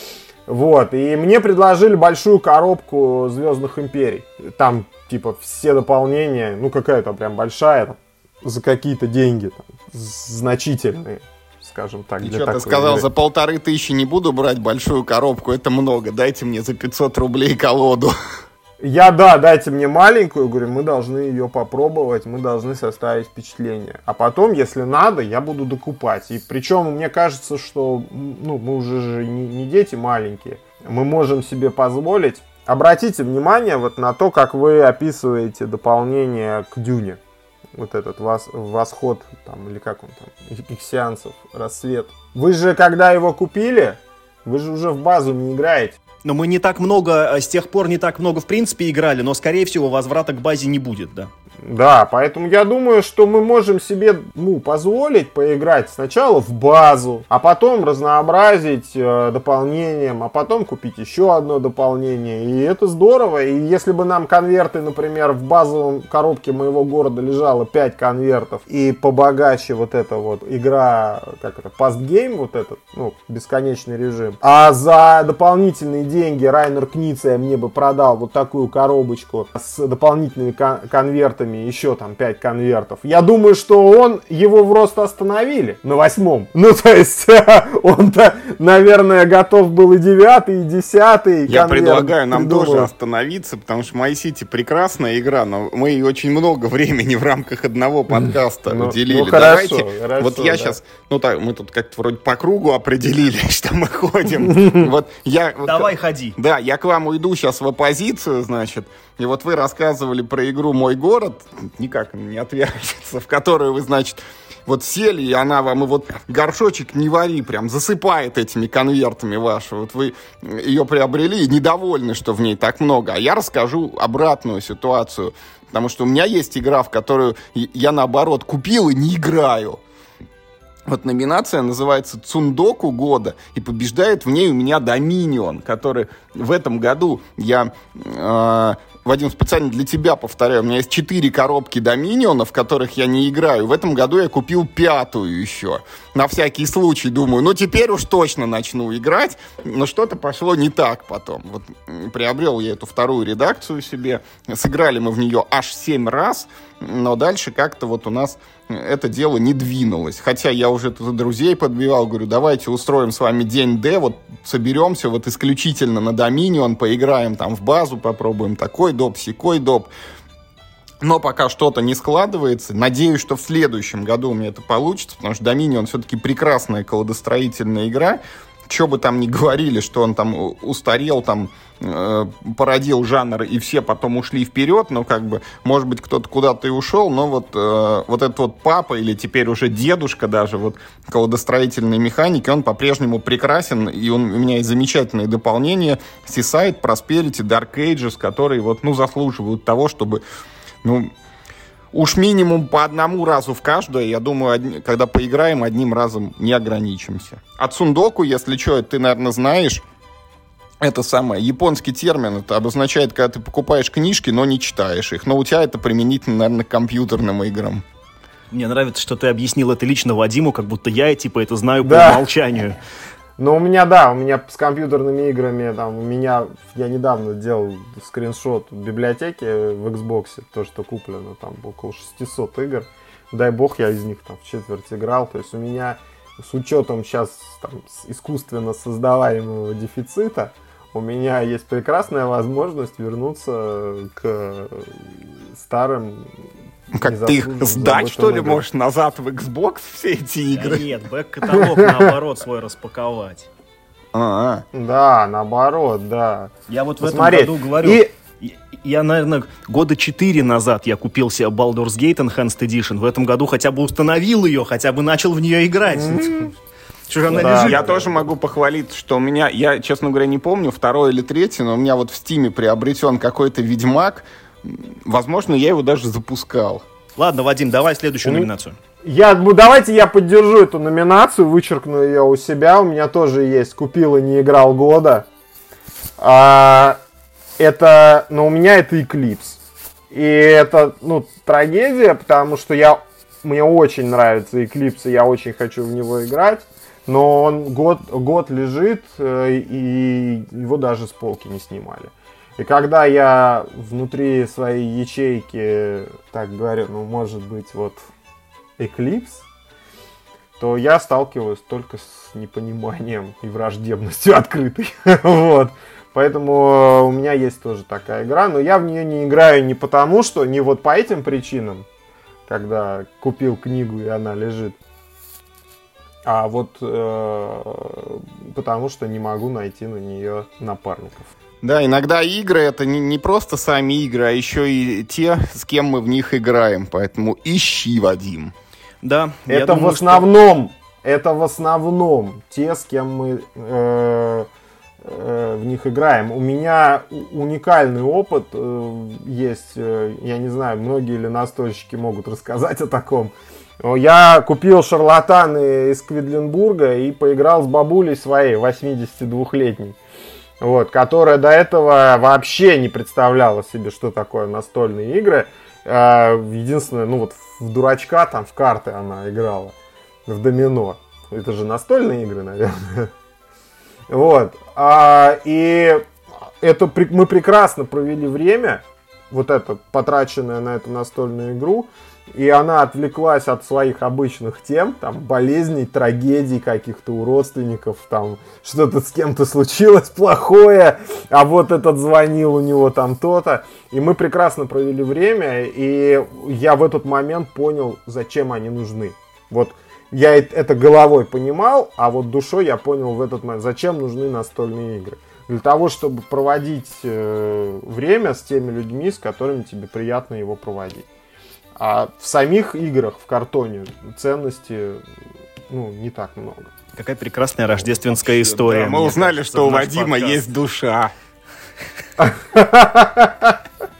Вот, и мне предложили большую коробку Звездных Империй. Там, все дополнения, какая-то прям большая, там, за какие-то деньги, там, значительные, скажем так. И что ты сказал, за 1500 не буду брать большую коробку, это много, дайте мне за 500 рублей колоду. Дайте мне маленькую, говорю, мы должны ее попробовать, мы должны составить впечатление. А потом, если надо, я буду докупать. И причем мне кажется, что мы уже же не дети маленькие, мы можем себе позволить. Обратите внимание вот на то, как вы описываете дополнение к Дюне. Вот этот восход, там, или как он там, иксианцев, рассвет. Вы же, когда его купили, вы же уже в базу не играете. Но мы с тех пор не так много в принципе играли, но скорее всего возврата к базе не будет, да. Да, поэтому я думаю, что мы можем себе позволить поиграть сначала в базу, а потом разнообразить дополнением, а потом купить еще одно дополнение. И это здорово. И если бы нам конверты, например, в базовом коробке моего города лежало 5 конвертов, и побогаче вот эта вот игра, пастгейм, вот этот, бесконечный режим, а за дополнительные деньги Райнер Книция мне бы продал вот такую коробочку с дополнительными конвертами, еще там 5 конвертов. Я думаю, что его просто остановили на 8-м. То есть он-то, наверное, готов был и 9-й, и 10-й. Я предлагаю нам тоже остановиться, потому что My City прекрасная игра, но мы очень много времени в рамках одного подкаста уделили. Давайте, вот я сейчас, мы тут как-то вроде по кругу определили, что мы ходим. Давай ходи. Да, я к вам уйду сейчас в оппозицию, значит. И вот вы рассказывали про игру «Мой город», никак не отвяжется, в которую вы, значит, вот сели, и она вам, и вот горшочек не вари, прям засыпает этими конвертами ваши. Вот вы ее приобрели и недовольны, что в ней так много. А я расскажу обратную ситуацию, потому что у меня есть игра, в которую я, наоборот, купил и не играю. Вот номинация называется «Цундоку года», и побеждает в ней у меня Dominion, который в этом году я... Вадим, специально для тебя повторяю, у меня есть 4 коробки Доминиона, в которых я не играю. В этом году я купил 5-ю еще. На всякий случай, думаю, ну теперь уж точно начну играть. Но что-то пошло не так потом. Вот приобрел я эту 2-ю редакцию себе. Сыграли мы в нее аж 7 раз. Но дальше как-то вот у нас это дело не двинулось. Хотя я уже тут друзей подбивал, говорю, давайте устроим с вами день Д, вот соберемся вот исключительно на Доминион, поиграем там в базу, попробуем такой доп, сякой доп. Но пока что-то не складывается. Надеюсь, что в следующем году у меня это получится, потому что Dominion все-таки прекрасная колодостроительная игра. Что бы там ни говорили, что он там устарел, там породил жанр, и все потом ушли вперед, но как бы, может быть, кто-то куда-то и ушел, но вот этот вот папа, или теперь уже дедушка даже, вот колодостроительной механики, он по-прежнему прекрасен, и у меня есть замечательные дополнения, Seaside, Prosperity, Dark Ages, которые вот, ну, заслуживают того, чтобы, ну, уж минимум по 1 разу в каждое, я думаю, когда поиграем, 1 разом не ограничимся. От Цундоку, если что, ты, наверное, знаешь, это самое, японский термин, это обозначает, когда ты покупаешь книжки, но не читаешь их. Но у тебя это применительно, наверное, к компьютерным играм. Мне нравится, что ты объяснил это лично Вадиму, как будто я, типа, это знаю по умолчанию. Ну, у меня с компьютерными играми, там, я недавно делал скриншот библиотеки в Xbox, то, что куплено, там, около 600 игр. Дай бог, я из них там в четверть играл. То есть у меня, с учетом сейчас там, искусственно создаваемого дефицита, у меня есть прекрасная возможность вернуться к старым. Как ты их сдать, что ли, можешь назад в Xbox все эти игры? Да нет, бэк-каталог наоборот свой распаковать. Да, наоборот, да. Я вот в этом году говорю, я, наверное, 4 года назад я купил себе Baldur's Gate Enhanced Edition. В этом году хотя бы установил ее, хотя бы начал в нее играть. Я тоже могу похвалить, что у меня, я, честно говоря, не помню, 2 или 3, но у меня вот в Стиме приобретен какой-то Ведьмак. Возможно, я его даже запускал. Ладно, Вадим, давай следующую номинацию. Давайте я поддержу эту номинацию, вычеркну ее у себя. У меня тоже есть «Купил и не играл года». Но у меня это Eclipse. И это, трагедия, потому что мне очень нравится Eclipse, и я очень хочу в него играть. Но он год лежит, и его даже с полки не снимали. И когда я внутри своей ячейки так говорю, может быть, вот Eclipse, то я сталкиваюсь только с непониманием и враждебностью открытой. Вот. Поэтому у меня есть тоже такая игра, но я в нее не играю не потому, что, не вот по этим причинам, когда купил книгу и она лежит, а вот потому что не могу найти на нее напарников. Да, иногда игры это не просто сами игры, а еще и те, с кем мы в них играем. Поэтому ищи, Вадим. Да. Это в основном те, с кем мы в них играем. У меня уникальный опыт есть. Я не знаю, многие ли настольщики могут рассказать о таком. Я купил «Шарлатаны» из Кведленбурга и поиграл с бабулей своей, 82-летней. Вот, которая до этого вообще не представляла себе, что такое настольные игры. Единственное, в дурачка, там, в карты она играла, в домино. Это же настольные игры, наверное. Вот. И мы прекрасно провели время, вот это, потраченное на эту настольную игру. И она отвлеклась от своих обычных тем, там, болезней, трагедий каких-то у родственников, там, что-то с кем-то случилось плохое, а вот этот звонил, у него там то-то. И мы прекрасно провели время, и я в этот момент понял, зачем они нужны. Вот я это головой понимал, а вот душой я понял в этот момент, зачем нужны настольные игры. Для того, чтобы проводить время с теми людьми, с которыми тебе приятно его проводить. А в самих играх, в картоне, ценности, не так много. Какая прекрасная рождественская история. Да, мы узнали, что у Вадима есть душа.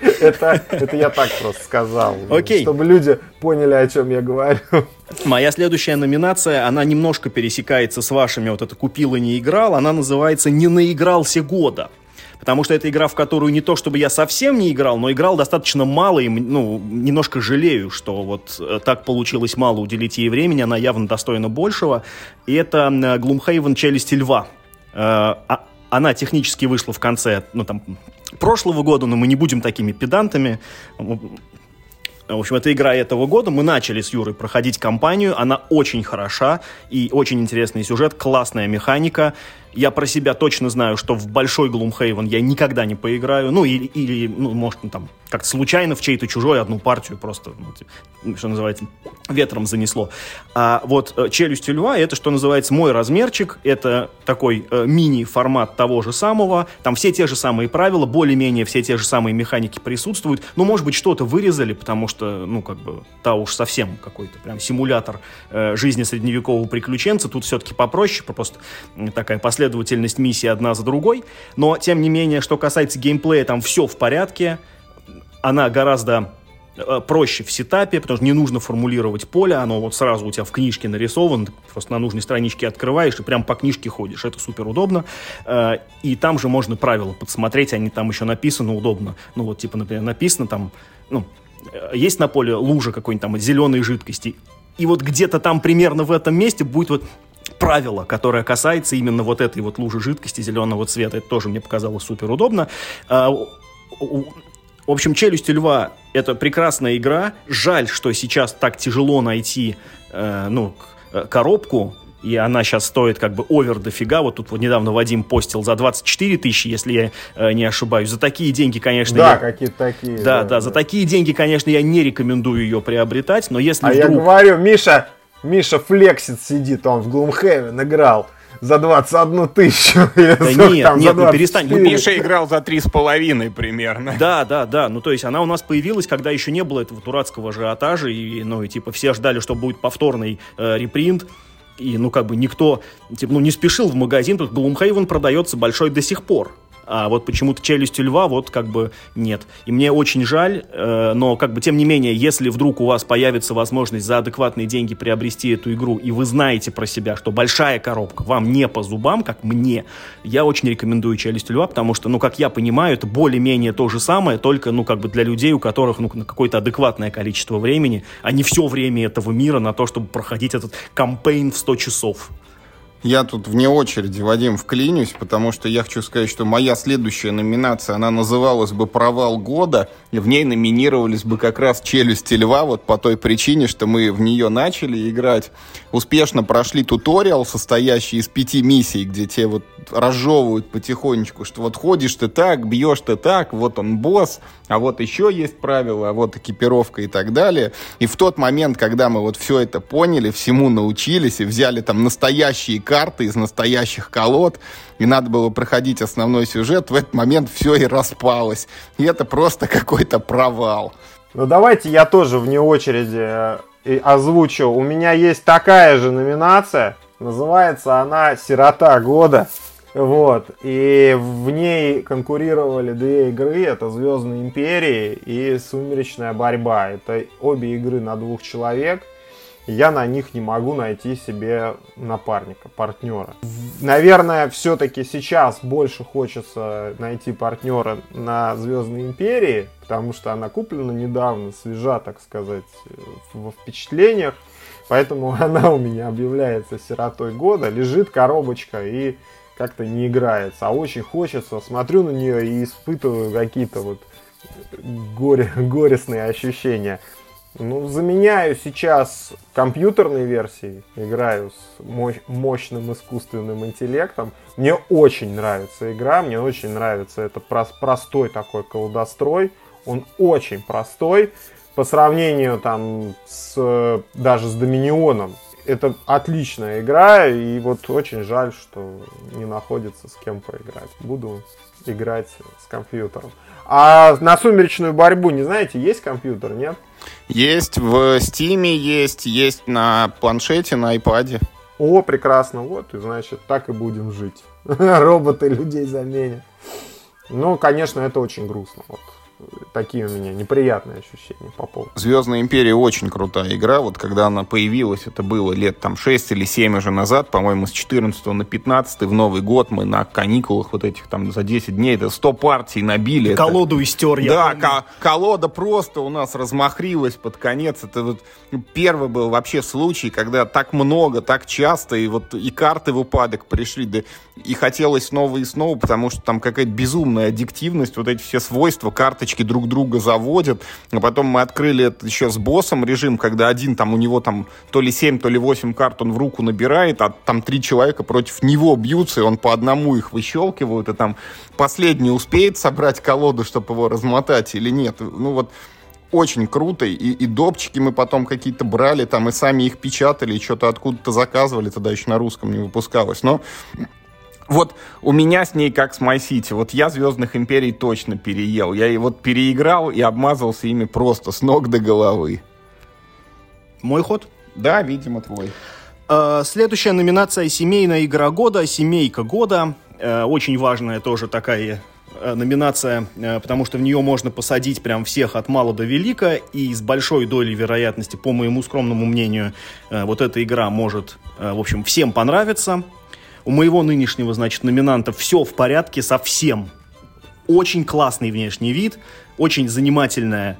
Это я так просто сказал. Окей. Чтобы люди поняли, о чем я говорю. Моя следующая номинация, она немножко пересекается с вашими, вот это «Купил и не играл», она называется «Не наигрался года». Потому что это игра, в которую не то, чтобы я совсем не играл, но играл достаточно мало, и немножко жалею, что вот так получилось мало уделить ей времени, она явно достойна большего. И это Gloomhaven «Челюсти льва». Она технически вышла в конце, прошлого года, но мы не будем такими педантами. В общем, это игра этого года. Мы начали с Юрой проходить кампанию. Она очень хороша и очень интересный сюжет, классная механика. Я про себя точно знаю, что в большой Gloomhaven я никогда не поиграю. Или может, как-то случайно в чей-то чужой одну партию просто, что называется, ветром занесло. А вот «Челюсти льва» — это, что называется, мой размерчик. Это такой мини-формат того же самого. Там все те же самые правила, более-менее все те же самые механики присутствуют. Может быть, что-то вырезали, потому что, та уж совсем какой-то прям симулятор жизни средневекового приключенца. Тут все-таки попроще, просто такая последовательность миссий одна за другой. Но, тем не менее, что касается геймплея, там все в порядке. Она гораздо проще в сетапе, потому что не нужно формулировать поле, оно вот сразу у тебя в книжке нарисовано, ты просто на нужной страничке открываешь и прям по книжке ходишь, это супер удобно. И там же можно правила подсмотреть, они там еще написаны удобно. Например, написано там, есть на поле лужа какой-нибудь там зеленой жидкости, и вот где-то там примерно в этом месте будет вот правило, которое касается именно вот этой вот лужи жидкости зеленого цвета. Это тоже мне показалось супер удобно. В общем, «Челюсти льва» — это прекрасная игра. Жаль, что сейчас так тяжело найти коробку, и она сейчас стоит как бы овер дофига. Вот тут вот недавно Вадим постил за 24 тысячи, если я не ошибаюсь. За такие деньги, конечно... Да, какие-то такие. Да, за такие деньги, конечно, я не рекомендую ее приобретать, но если вдруг... я говорю, Миша флексит, сидит, он в Gloomhaven играл за 21 тысячу. Да нет, перестань. Миша играл за 3,5 примерно. Да. То есть она у нас появилась, когда еще не было этого дурацкого ажиотажа, и все ждали, что будет повторный репринт. И, никто, не спешил в магазин, тут Gloomhaven продается большой до сих пор. А вот почему-то «Челюсти льва» нет. И мне очень жаль, но тем не менее, если вдруг у вас появится возможность за адекватные деньги приобрести эту игру, и вы знаете про себя, что большая коробка вам не по зубам, как мне, я очень рекомендую «Челюсти льва», потому что, как я понимаю, это более-менее то же самое, только, для людей, у которых, на какое-то адекватное количество времени, а не все время этого мира на то, чтобы проходить этот кампейн в 100 часов. Я тут вне очереди, Вадим, вклинюсь, потому что я хочу сказать, что моя следующая номинация, она называлась бы «Провал года», и в ней номинировались бы как раз «Челюсти льва», вот по той причине, что мы в нее начали играть. Успешно прошли туториал, состоящий из 5 миссий, где тебе вот разжевывают потихонечку, что вот ходишь ты так, бьешь ты так, вот он босс, а вот еще есть правила, а вот экипировка и так далее. И в тот момент, когда мы вот все это поняли, всему научились и взяли там настоящие карты из настоящих колод, и надо было проходить основной сюжет, в этот момент все и распалось. И это просто какой-то провал. Давайте я тоже вне очереди озвучу. У меня есть такая же номинация, называется она «Сирота года». Вот, и в ней конкурировали 2 игры, это «Звездные империи» и «Сумеречная борьба». Это обе игры на 2 человек. Я на них не могу найти себе напарника, партнера. Наверное, все-таки сейчас больше хочется найти партнера на «Звездной империи», потому что она куплена недавно, свежа, так сказать, во впечатлениях. Поэтому она у меня объявляется «Сиротой года». Лежит коробочка и как-то не играется. А очень хочется, смотрю на нее и испытываю какие-то вот горестные ощущения. Заменяю сейчас компьютерные версии, играю с мощным искусственным интеллектом. Мне очень нравится игра, мне очень нравится это простой такой колдострой. Он очень простой по сравнению даже с Доминионом. Это отличная игра, и вот очень жаль, что не находится с кем поиграть. Буду играть с компьютером. А на «Сумеречную борьбу», не знаете, есть компьютер, нет? Есть в Стиме, есть на планшете, на айпаде. О, прекрасно, вот, и значит, так и будем жить. Роботы людей заменят. Конечно, это очень грустно. Вот. такие у меня неприятные ощущения по поводу. «Звездная империя» очень крутая игра. Вот когда она появилась, это было лет там 6 или 7 уже назад, по-моему, с 14 на 15 в Новый год мы на каникулах вот этих там за 10 дней, это 100 партий набили. Колоду истер, я Да, колода просто у нас размахрилась под конец. Это вот первый был вообще случай, когда так много, так часто, и вот и карты в упадок пришли, да, и хотелось снова и снова, потому что там какая-то безумная аддиктивность, вот эти все свойства, карточки друг друга заводят. А потом мы открыли это еще с боссом режим, когда один там, у него там то ли 7, то ли 8 карт он в руку набирает, а там 3 человека против него бьются, и он по одному их выщелкивает, и там последний успеет собрать колоду, чтобы его размотать или нет. Ну вот очень круто, и допчики мы потом какие-то брали, там и сами их печатали, и что-то откуда-то заказывали, тогда еще на русском не выпускалось, но вот у меня с ней как с My City. Вот я «Звездных империй» точно переел. Я и вот переиграл и обмазался ими просто с ног до головы. Мой ход? Да, видимо, твой. Следующая номинация «Семейная игра года», «Семейка года». Очень важная тоже такая номинация, потому что в нее можно посадить прям всех от мала до велика, и с большой долей вероятности, по моему скромному мнению, вот эта игра может, в общем, всем понравиться. У моего нынешнего, значит, номинанта все в порядке со всем. Очень классный внешний вид, очень занимательная,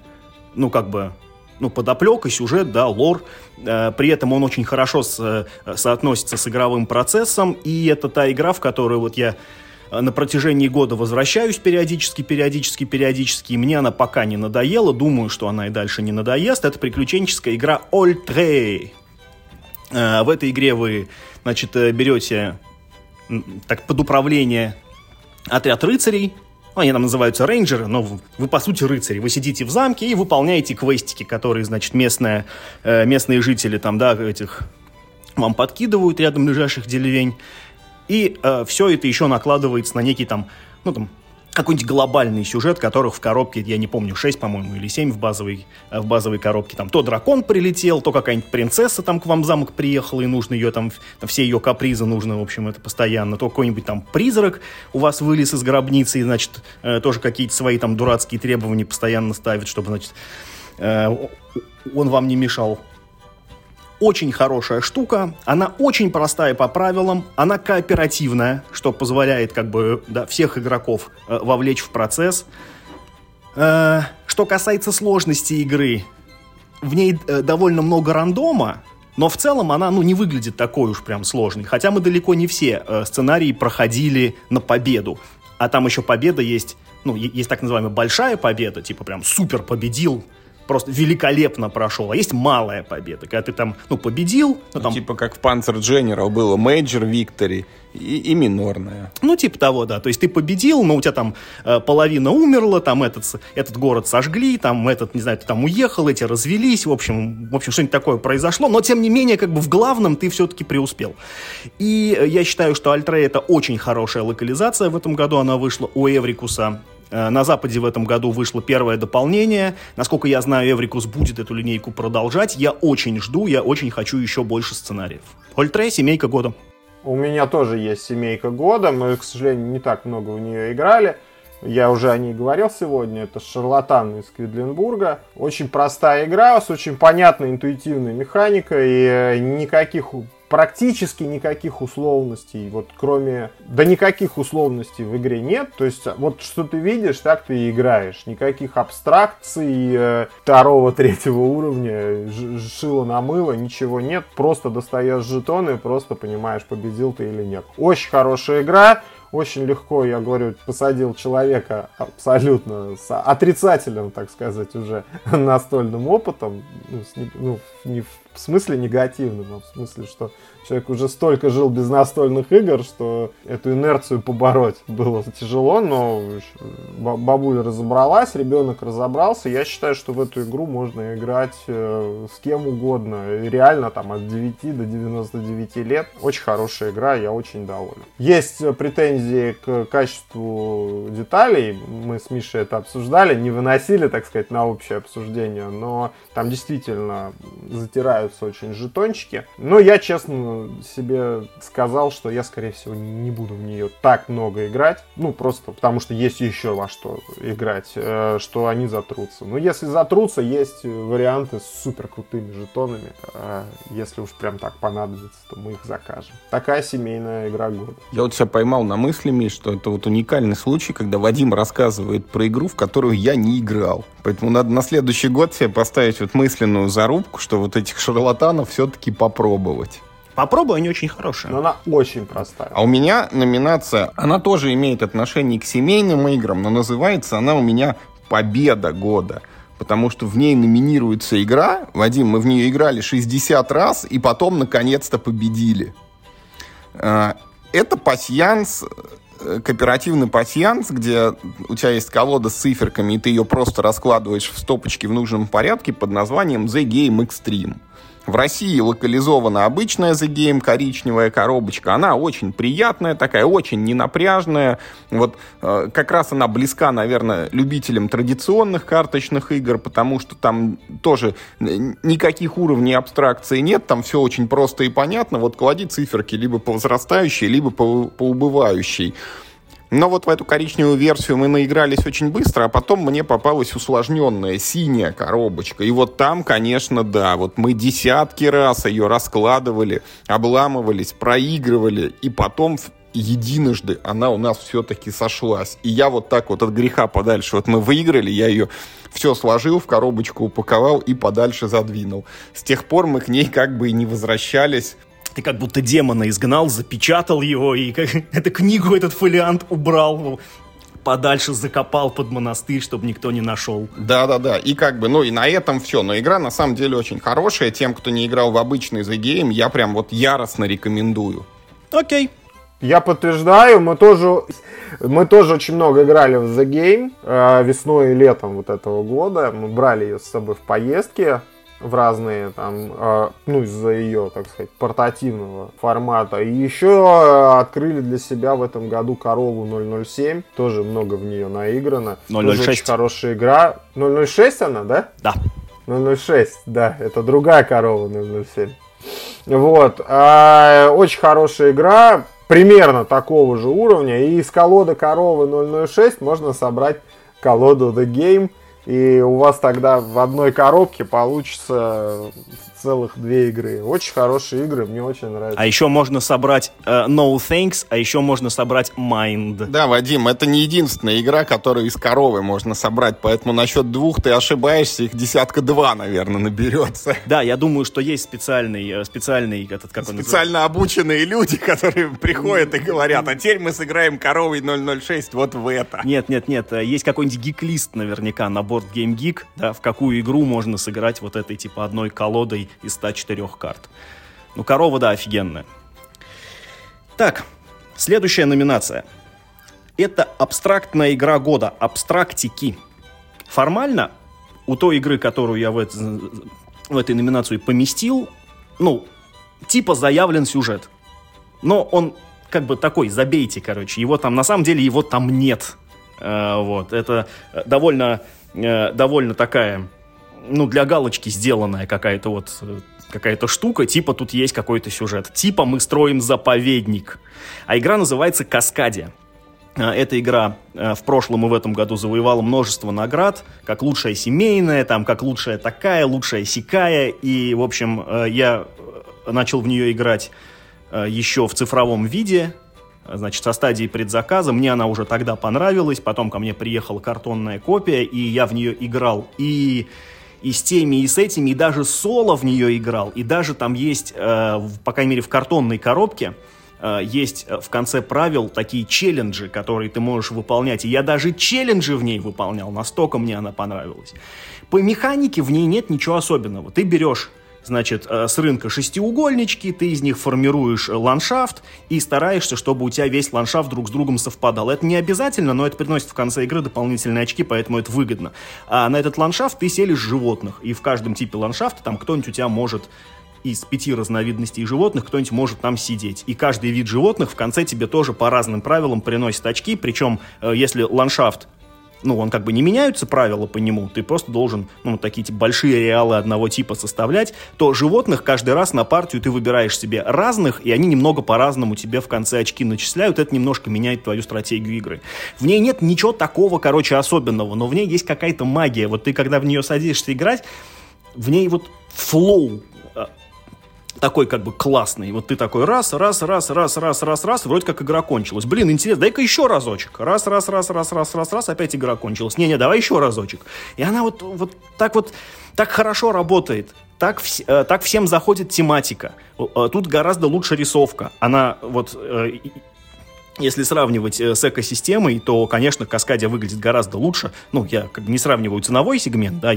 подоплека, сюжет, да, лор. При этом он очень хорошо соотносится с игровым процессом, и это та игра, в которую вот я на протяжении года возвращаюсь периодически, и мне она пока не надоела, думаю, что она и дальше не надоест. Это приключенческая игра Ольтрей. В этой игре вы, значит, берете так, под управление отряд рыцарей. Они там называются рейнджеры, но вы, по сути, рыцари. Вы сидите в замке и выполняете квестики, которые, значит, местные жители там, да, этих вам подкидывают рядом ближайших деревень. И все это еще накладывается на некий там, какой-нибудь глобальный сюжет, которых в коробке, я не помню, 6, по-моему, или 7 в базовой коробке. Там то дракон прилетел, то какая-нибудь принцесса там к вам в замок приехала, и нужно ее там все ее капризы нужно, в общем, это постоянно. То какой-нибудь там призрак у вас вылез из гробницы, и, значит, тоже какие-то свои там дурацкие требования постоянно ставит, чтобы, значит, он вам не мешал. Очень хорошая штука, она очень простая по правилам, она кооперативная, что позволяет всех игроков вовлечь в процесс. Что касается сложности игры, в ней довольно много рандома, но в целом она не выглядит такой уж прям сложной, хотя мы далеко не все сценарии проходили на победу. А там еще победа есть, есть так называемая большая победа, типа прям супер победил, просто великолепно прошел. А есть малая победа, когда ты там, победил. Типа как в Panzer General было Major Victory и минорная. Типа того, да. То есть ты победил, но у тебя там половина умерла, там этот город сожгли, там не знаю, ты там уехал, эти развелись, в общем, что-нибудь такое произошло, но тем не менее, в главном ты все-таки преуспел. И я считаю, что Ольтрей — это очень хорошая локализация. В этом году она вышла у Эврикуса. На Западе в этом году вышло первое дополнение. Насколько я знаю, Эврикус будет эту линейку продолжать. Я очень жду, я очень хочу еще больше сценариев. Ольтрей — семейка года. У меня тоже есть семейка года. Мы, к сожалению, не так много в нее играли. Я уже о ней говорил сегодня. Это «Шарлатаны» из Кведленбурга. Очень простая игра с очень понятной интуитивной механикой. И практически никаких условностей, никаких условностей в игре нет, то есть вот что ты видишь, так ты и играешь, никаких абстракций второго, третьего уровня, шило на мыло, ничего нет, просто достаешь жетоны, просто понимаешь, победил ты или нет. Очень хорошая игра, очень легко, я говорю, посадил человека абсолютно с отрицательным, так сказать, уже настольным опытом, не в смысле негативным, а в смысле, что человек уже столько жил без настольных игр, что эту инерцию побороть было тяжело, но бабуля разобралась, ребенок разобрался. Я считаю, что в эту игру можно играть с кем угодно. И реально там от 9 до 99 лет. Очень хорошая игра, я очень доволен. Есть претензии претензии к качеству деталей, мы с Мишей это обсуждали, не выносили, так сказать, на общее обсуждение, но там действительно затираются очень жетончики. Но я, честно, себе сказал, что я, скорее всего, не буду в нее так много играть, ну, просто потому что есть еще во что играть, что они затрутся. Но если затрутся, есть варианты с супер крутыми жетонами. Если уж прям так понадобится, то мы их закажем. Такая семейная игра года. Я вот себя поймал на мысли, Миш, что это вот уникальный случай, когда Вадим рассказывает про игру, в которую я не играл. Поэтому надо на следующий год себе поставить вот мысленную зарубку, что вот этих шарлатанов все-таки попробовать. Попробуй, они очень хорошие. Но она очень простая. А у меня номинация, она тоже имеет отношение к семейным играм, но называется она у меня «Победа года». Потому что в ней номинируется игра. Вадим, мы в нее играли 60 раз, и потом наконец-то победили. Это пасьянс, кооперативный пасьянс, где у тебя есть колода с циферками, и ты ее просто раскладываешь в стопочки в нужном порядке под названием The Game Extreme. В России локализована обычная The Game, коричневая коробочка. Она очень приятная, такая очень ненапряжная. Вот как раз она близка, наверное, любителям традиционных карточных игр, потому что там тоже никаких уровней абстракции нет, там все очень просто и понятно. Вот клади циферки либо по возрастающей, либо по убывающей. Но вот в эту коричневую версию мы наигрались очень быстро, а потом мне попалась усложненная синяя коробочка. И вот там, конечно, да, вот мы десятки раз ее раскладывали, обламывались, проигрывали, и потом единожды она у нас все-таки сошлась. И я вот так вот от греха подальше, вот мы выиграли, я ее все сложил, в коробочку упаковал и подальше задвинул. С тех пор мы к ней как бы и не возвращались. Ты как будто демона изгнал, запечатал его, и эту книгу, этот фолиант убрал, подальше закопал под монастырь, чтобы никто не нашел. Да-да-да, и как бы, ну и на этом все. Но игра на самом деле очень хорошая. Тем, кто не играл в обычный The Game, я прям вот яростно рекомендую. Окей. Я подтверждаю, мы тоже очень много играли в The Game весной и летом вот этого года. Мы брали ее с собой в поездки в разные там, ну, из-за ее, так сказать, портативного формата. И еще открыли для себя в этом году корову 007. Тоже много в нее наиграно. 006. Тоже очень хорошая игра. 006 она, да? Да. 006, да. Это другая корова 007. Вот. Очень хорошая игра. Примерно такого же уровня. И из колоды коровы 006 можно собрать колоду The Game. И у вас тогда в одной коробке получится целых 2 игры. Очень хорошие игры, мне очень нравится. А еще можно собрать No Thanks, а еще можно собрать Mind. Да, Вадим, это не единственная игра, которую из коровы можно собрать, поэтому насчет 2 ты ошибаешься, их 2, наверное, наберется. Да, я думаю, что есть специальный этот, как он называется? Специально обученные люди, которые приходят и говорят, а теперь мы сыграем коровой 006 вот в это. Нет, есть какой-нибудь гик-лист наверняка на Board Game Geek, да, в какую игру можно сыграть вот этой типа одной колодой из 104 карт. Ну, корова, да, офигенная. Так, следующая номинация. Это абстрактная игра года, абстрактики. Формально у той игры, которую я в этой номинации поместил, ну, типа заявлен сюжет. Но он как бы такой, забейте, короче. Его там, на самом деле, его там нет. Вот, это довольно такая, ну, для галочки сделанная какая-то штука, типа тут есть какой-то сюжет, типа мы строим заповедник. А игра называется «Каскадия». Эта игра в прошлом и в этом году завоевала множество наград, как лучшая семейная, там, как лучшая такая, лучшая сякая, и, в общем, я начал в нее играть еще в цифровом виде, значит, со стадии предзаказа. Мне она уже тогда понравилась, потом ко мне приехала картонная копия, и я в нее играл и с теми, и с этими, и даже соло в нее играл, и даже там есть, по крайней мере, в картонной коробке, есть в конце правил такие челленджи, которые ты можешь выполнять, и я даже челленджи в ней выполнял, настолько мне она понравилась. По механике в ней нет ничего особенного. Ты берешь, значит, с рынка шестиугольнички, ты из них формируешь ландшафт и стараешься, чтобы у тебя весь ландшафт друг с другом совпадал. Это не обязательно, но это приносит в конце игры дополнительные очки, поэтому это выгодно. А на этот ландшафт ты селишь животных, и в каждом типе ландшафта там кто-нибудь у тебя может из 5 разновидностей животных кто-нибудь может там сидеть. И каждый вид животных в конце тебе тоже по разным правилам приносит очки, причем если ландшафт, он как бы не меняются правила по нему, ты просто должен, такие типа большие ареалы одного типа составлять, то животных каждый раз на партию ты выбираешь себе разных, и они немного по-разному тебе в конце очки начисляют, это немножко меняет твою стратегию игры. В ней нет ничего такого, особенного, но в ней есть какая-то магия. Вот ты, когда в нее садишься играть, в ней вот флоу такой как бы классный. Вот ты такой раз, вроде как игра кончилась. Блин, интересно, дай-ка еще разочек. Раз, опять игра кончилась. Не, давай еще разочек. И она вот так хорошо работает. Так всем заходит тематика. Тут гораздо лучше рисовка. Она если сравнивать с экосистемой, то, конечно, Каскадия выглядит гораздо лучше. Я как бы не сравниваю ценовой сегмент, да,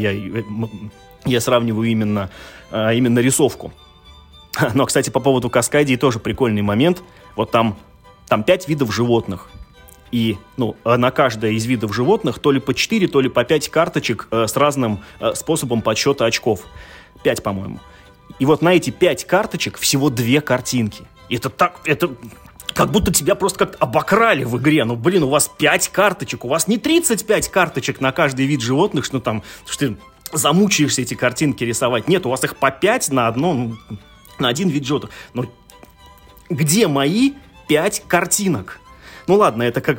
я сравниваю именно рисовку. Но, кстати, по поводу Каскадии тоже прикольный момент. Вот там 5 видов животных. И на каждое из видов животных то ли по 4, то ли по 5 карточек с разным способом подсчета очков. 5, по-моему. И вот на эти 5 карточек всего 2 картинки. Это как будто тебя просто как-то обокрали в игре. У вас 5 карточек, у вас не 35 карточек на каждый вид животных, что ты замучаешься эти картинки рисовать. Нет, у вас их по 5 на один вид животных. Но где мои 5 картинок? Ладно,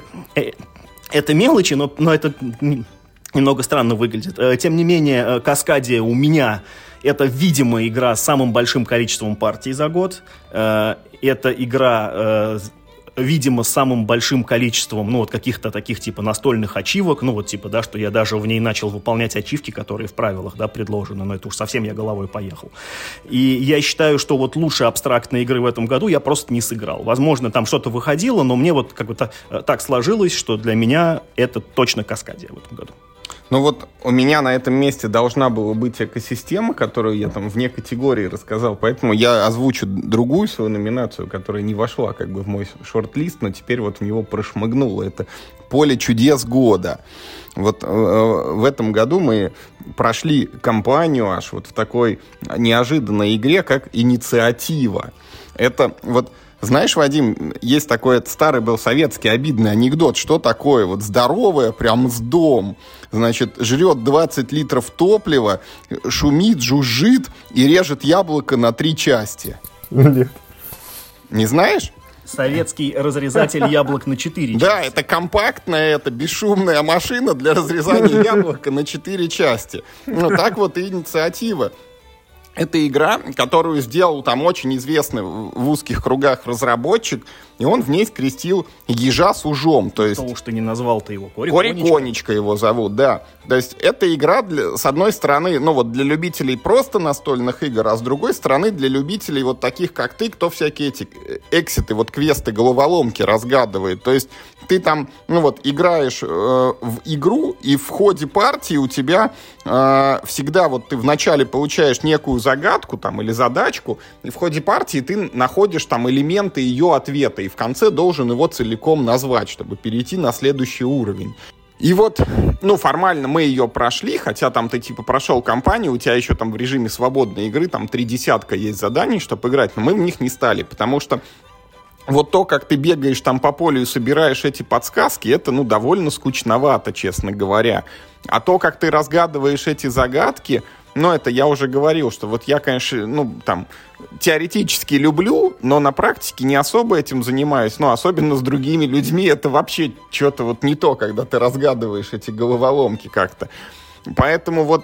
это мелочи, но это немного странно выглядит. Тем не менее, Каскадия у меня это, видимо, игра с самым большим количеством партий за год. Это игра, видимо, с самым большим количеством, каких-то таких, типа, настольных ачивок, что я даже в ней начал выполнять ачивки, которые в правилах, предложены, но это уж совсем я головой поехал. И я считаю, что лучше абстрактной игры в этом году я просто не сыграл. Возможно, там что-то выходило, но мне так сложилось, что для меня это точно Каскадия в этом году. У меня на этом месте должна была быть экосистема, которую я там вне категории рассказал, поэтому я озвучу другую свою номинацию, которая не вошла как бы в мой шорт-лист, но теперь в него прошмыгнула. Это «Поле чудес года». В этом году мы прошли кампанию аж в такой неожиданной игре, как «Инициатива». Это знаешь, Вадим, есть такой старый был советский обидный анекдот, что такое здоровое, прям с дом, жрет 20 литров топлива, шумит, жужжит и режет яблоко на 3 части. Нет. Не знаешь? Советский разрезатель яблок на 4 части. Да, это компактная, это бесшумная машина для разрезания яблока на 4 части. Так и «Инициатива». Это игра, которую сделал очень известный в узких кругах разработчик, и он в ней скрестил ежа с ужом. То есть, что не назвал-то его? Кори-Конечка его зовут, да. То есть это игра, с одной стороны, для любителей просто настольных игр, а с другой стороны для любителей таких, как ты, кто всякие эти экситы, квесты, головоломки разгадывает. То есть ты там, играешь в игру, и в ходе партии у тебя всегда ты вначале получаешь некую загадку или задачку, и в ходе партии ты находишь элементы ее ответа, и в конце должен его целиком назвать, чтобы перейти на следующий уровень. И формально мы ее прошли, хотя ты прошел кампанию, у тебя еще в режиме свободной игры 30 есть заданий, чтобы играть, но мы в них не стали, потому что то, как ты бегаешь по полю и собираешь эти подсказки, это, довольно скучновато, честно говоря. А то, как ты разгадываешь эти загадки, это я уже говорил, что я, конечно, теоретически люблю, но на практике не особо этим занимаюсь, особенно с другими людьми, это вообще что-то не то, когда ты разгадываешь эти головоломки как-то. Поэтому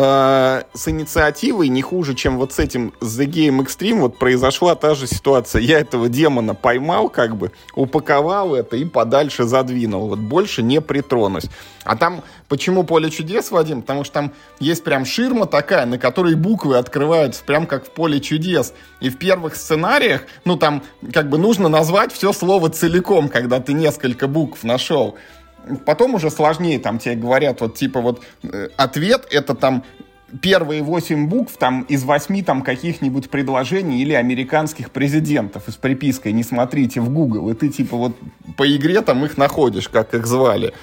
с «Инициативой» не хуже, чем с этим The Game Extreme произошла та же ситуация. Я этого демона поймал, упаковал это и подальше задвинул. Больше не притронусь. А там, почему «Поле чудес», Вадим? Потому что там есть прям ширма такая, на которой буквы открываются, прям как в «Поле чудес». И в первых сценариях, нужно назвать все слово целиком, когда ты несколько букв нашел. Потом уже сложнее, тебе говорят, ответ, это первые 8 букв из 8 каких-нибудь предложений или американских президентов с припиской «Не смотрите в Google», и ты по игре их находишь, как их звали.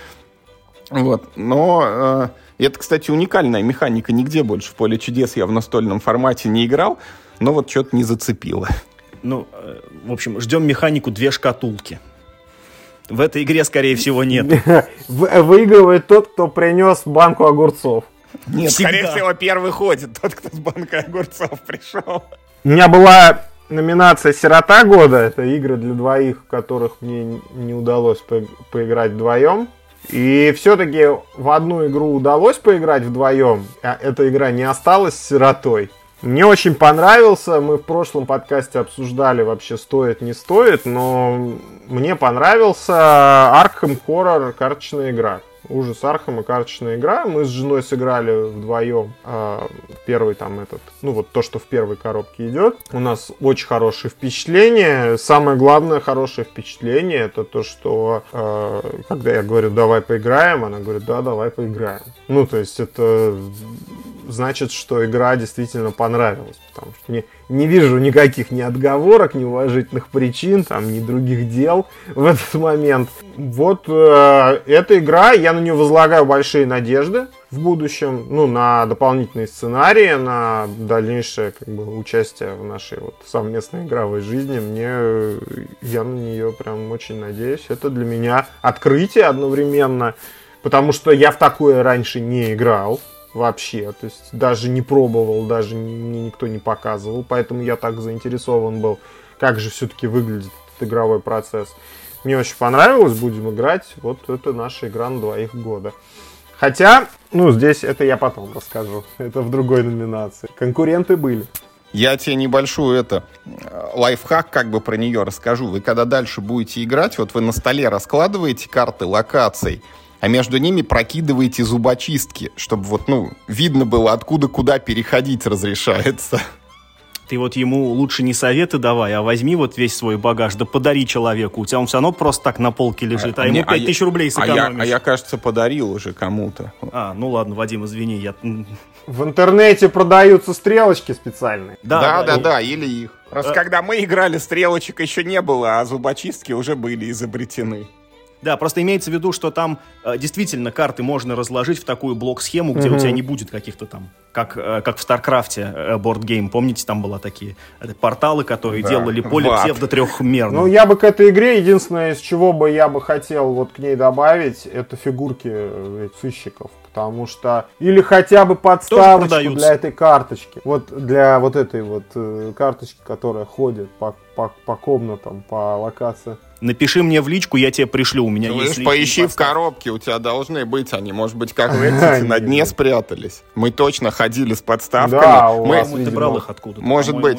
Но это, кстати, уникальная механика, нигде больше в «Поле чудес» я в настольном формате не играл. но вот что-то не зацепило. Ну, в общем, ждем механику 2 шкатулки. В этой игре, скорее всего, нет. Выигрывает тот, кто принес банку огурцов. Нет, Всегда. скорее всего, первый ходит, тот, кто с банкой огурцов пришел. У меня была номинация «Сирота года». Это игры для двоих, в которых мне не удалось поиграть вдвоем. И все-таки в одну игру удалось поиграть вдвоем, а эта игра не осталась сиротой. Мне очень понравился, мы в прошлом подкасте обсуждали вообще стоит, не стоит, но мне понравился Arkham Horror карточная игра. Ужас Архама карточная игра. Мы с женой сыграли вдвоем первый там этот, ну вот то, что в первой коробке идет. У нас очень хорошее впечатление. Самое главное хорошее впечатление это то, что когда я говорю давай поиграем, она говорит да, давай поиграем. Ну то есть это значит, что игра действительно понравилась, потому что не вижу никаких ни отговорок, ни уважительных причин, там, ни других дел в этот момент. Вот эта игра, я на нее возлагаю большие надежды в будущем, ну, на дополнительные сценарии, на дальнейшее как бы участие в нашей вот совместной игровой жизни. Я на нее прям очень надеюсь. Это для меня открытие одновременно, потому что я в такое раньше не играл. Вообще, то есть даже не пробовал, даже мне никто не показывал, поэтому я так заинтересован был, как же все-таки выглядит этот игровой процесс. Мне очень понравилось, будем играть, вот это наша игра на двоих года. Хотя, ну здесь это я потом расскажу, это в другой номинации. Конкуренты были. Я тебе небольшую лайфхак как бы про нее расскажу. Вы когда дальше будете играть, вот вы на столе раскладываете карты локаций, а между ними прокидываете зубочистки, чтобы вот, ну, видно было, откуда куда переходить разрешается. Ты вот ему лучше не советы давай, а возьми вот весь свой багаж, да подари человеку. У тебя он все равно просто так на полке лежит, а ему 5000 рублей сэкономишь. Я, кажется, подарил уже кому-то. Ну ладно, Вадим, извини, я... В интернете продаются стрелочки специальные. Да, или их. Просто когда мы играли, стрелочек еще не было, а зубочистки уже были изобретены. Да, просто имеется в виду, что там действительно карты можно разложить в такую блок-схему, где у тебя не будет каких-то там, как в Старкрафте бордгейм, помните, там были такие порталы, которые делали поле псевдо-трехмерным. Ну, я бы к этой игре, единственное, из чего бы я бы хотел вот к ней добавить, это фигурки сыщиков. Потому что... Или хотя бы подставочку для этой карточки. Вот для вот этой вот карточки, которая ходит по комнатам, по локации. Напиши мне в личку, я тебе пришлю. У меня есть поищи в коробке, у тебя должны быть они. Может быть, как в Exit на дне спрятались. Мы точно ходили с подставками. Да, ты брал их откуда-то. Может быть.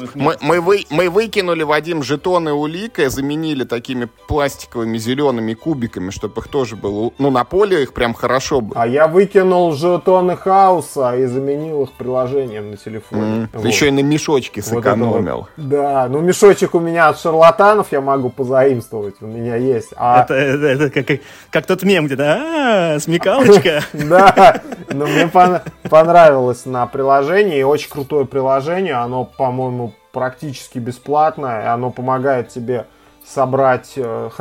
Мы выкинули, Вадим, жетоны уликой, заменили такими пластиковыми зелеными кубиками, чтобы их тоже было... Ну, на поле их прям хорошо было. А я выкинул жетоны хаоса и заменил их приложением на телефоне. Ты еще и на мешочке сэкономил. Да, ну мешочек у меня от шарлатанов я могу позаимствовать. У меня есть. Это как тот мем где-то. Смекалочка. Да, но мне понравилось на приложении. Очень крутое приложение. Оно, по-моему, практически бесплатное. Оно помогает тебе собрать,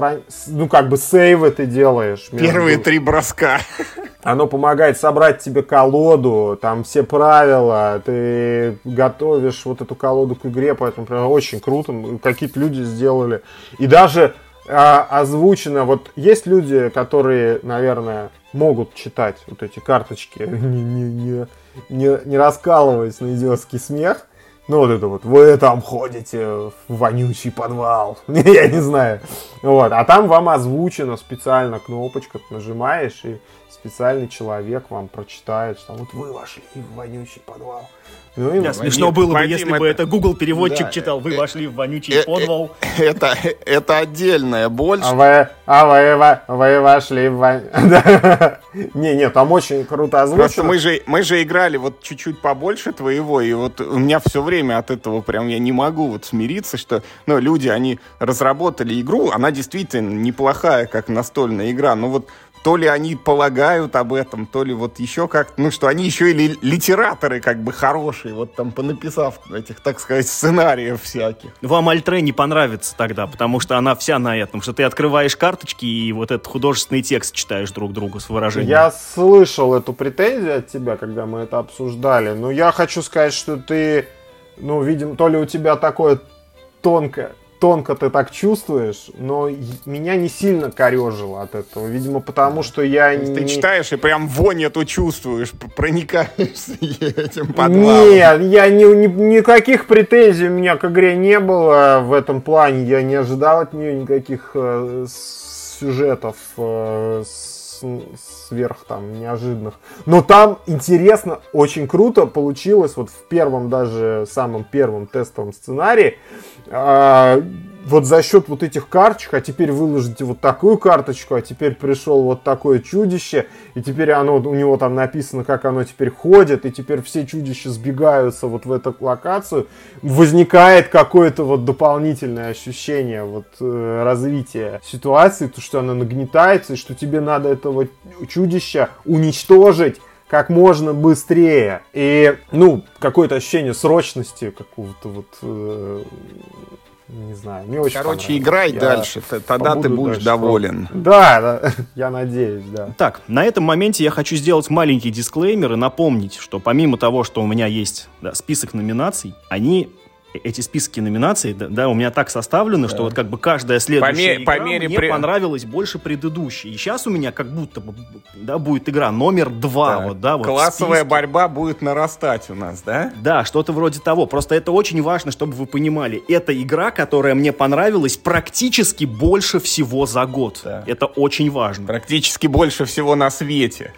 ну как бы сейвы ты делаешь. Первые 3 броска. Оно помогает собрать тебе колоду, там все правила, ты готовишь вот эту колоду к игре, поэтому очень круто, какие-то люди сделали. И даже озвучено, вот есть люди, которые, наверное, могут читать вот эти карточки, не раскалываясь на идиотский смех. Ну вот это вот, вы там ходите в вонючий подвал, я не знаю. Вот, а там вам озвучено специально кнопочка, нажимаешь, и специальный человек вам прочитает, что вот вы вошли в вонючий подвал. Ну, смешно было бы, если бы это Google переводчик читал. Вы вошли в вонючий подвал. Это отдельная боль. А вы вошли в Не, там очень круто озвучено. Просто мы же играли вот чуть-чуть побольше твоего, и вот у меня все время от этого прям я не могу вот смириться, что люди, они разработали игру, она действительно неплохая, как настольная игра, но вот то ли они полагают об этом, то ли вот еще как-то, ну, что они еще и литераторы как бы хорошие, вот там понаписав этих, так сказать, сценариев всяких. Вам Альтре не понравится тогда, потому что она вся на этом, что ты открываешь карточки и вот этот художественный текст читаешь друг другу с выражением. Я слышал эту претензию от тебя, когда мы это обсуждали, но я хочу сказать, что ты ну, видимо, то ли у тебя такое тонко ты так чувствуешь, но меня не сильно корежило от этого. Видимо, потому что я Ты читаешь и прям вонь эту чувствуешь, проникаешься этим подвалом. Нет, я никаких претензий у меня к игре не было в этом плане. Я не ожидал от нее никаких сюжетов сверх там неожиданных. Но там интересно, очень круто получилось вот в первом, даже самом первом тестовом сценарии. Вот за счет вот этих карточек, а теперь выложите вот такую карточку, а теперь пришел вот такое чудище, и теперь у него там написано, как оно теперь ходит, и теперь все чудища сбегаются вот в эту локацию, возникает какое-то вот дополнительное ощущение вот развития ситуации, то, что она нагнетается, и что тебе надо этого чудища уничтожить как можно быстрее. И, ну, какое-то ощущение срочности какого-то вот... не знаю, мне очень понравилось. Короче, играй дальше, тогда ты будешь доволен. Да, я надеюсь, да. Так, на этом моменте я хочу сделать маленький дисклеймер и напомнить, что помимо того, что у меня есть список номинаций, эти списки номинаций, да, у меня так составлены, что вот как бы каждая следующая игра мне понравилась больше предыдущей. И сейчас у меня как будто бы, да, будет игра номер 2. Так. Вот, да, вот классовая борьба будет нарастать у нас, да? Да, что-то вроде того. Просто это очень важно, чтобы вы понимали. Это игра, которая мне понравилась практически больше всего за год. Да. Это очень важно. Практически больше всего на свете.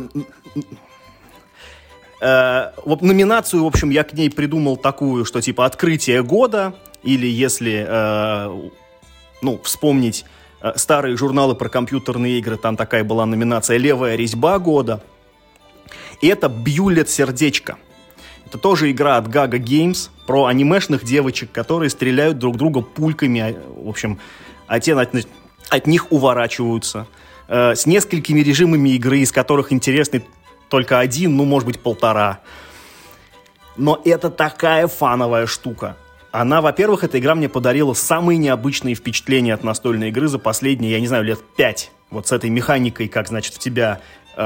Номинацию, в общем, я к ней придумал такую, что типа открытие года, или если, вспомнить старые журналы про компьютерные игры, там такая была номинация «Левая резьба года». И это «Бьюлет сердечко». Это тоже игра от Gaga Games про анимешных девочек, которые стреляют друг друга пульками, в общем, а те от них уворачиваются. С несколькими режимами игры, из которых интересный только один, может быть, 1,5. Но это такая фановая штука. Она, во-первых, эта игра мне подарила самые необычные впечатления от настольной игры за последние, я не знаю, лет 5. Вот с этой механикой, как, значит, в тебя...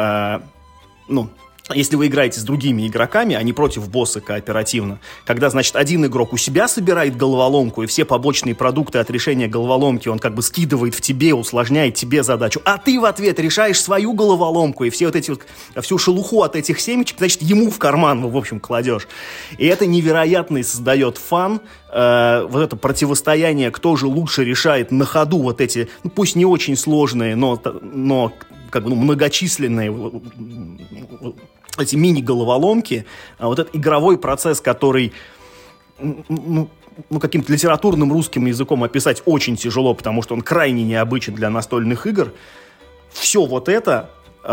Если вы играете с другими игроками, а не против босса кооперативно, когда, значит, один игрок у себя собирает головоломку, и все побочные продукты от решения головоломки он как бы скидывает в тебе, усложняет тебе задачу, а ты в ответ решаешь свою головоломку, и все вот эти вот, всю шелуху от этих семечек, значит, ему в карман, в общем, кладешь. И это невероятный создает фан, вот это противостояние, кто же лучше решает на ходу вот эти, пусть не очень сложные, но как бы многочисленные эти мини-головоломки, вот этот игровой процесс, который каким-то литературным русским языком описать очень тяжело, потому что он крайне необычен для настольных игр. Все вот это,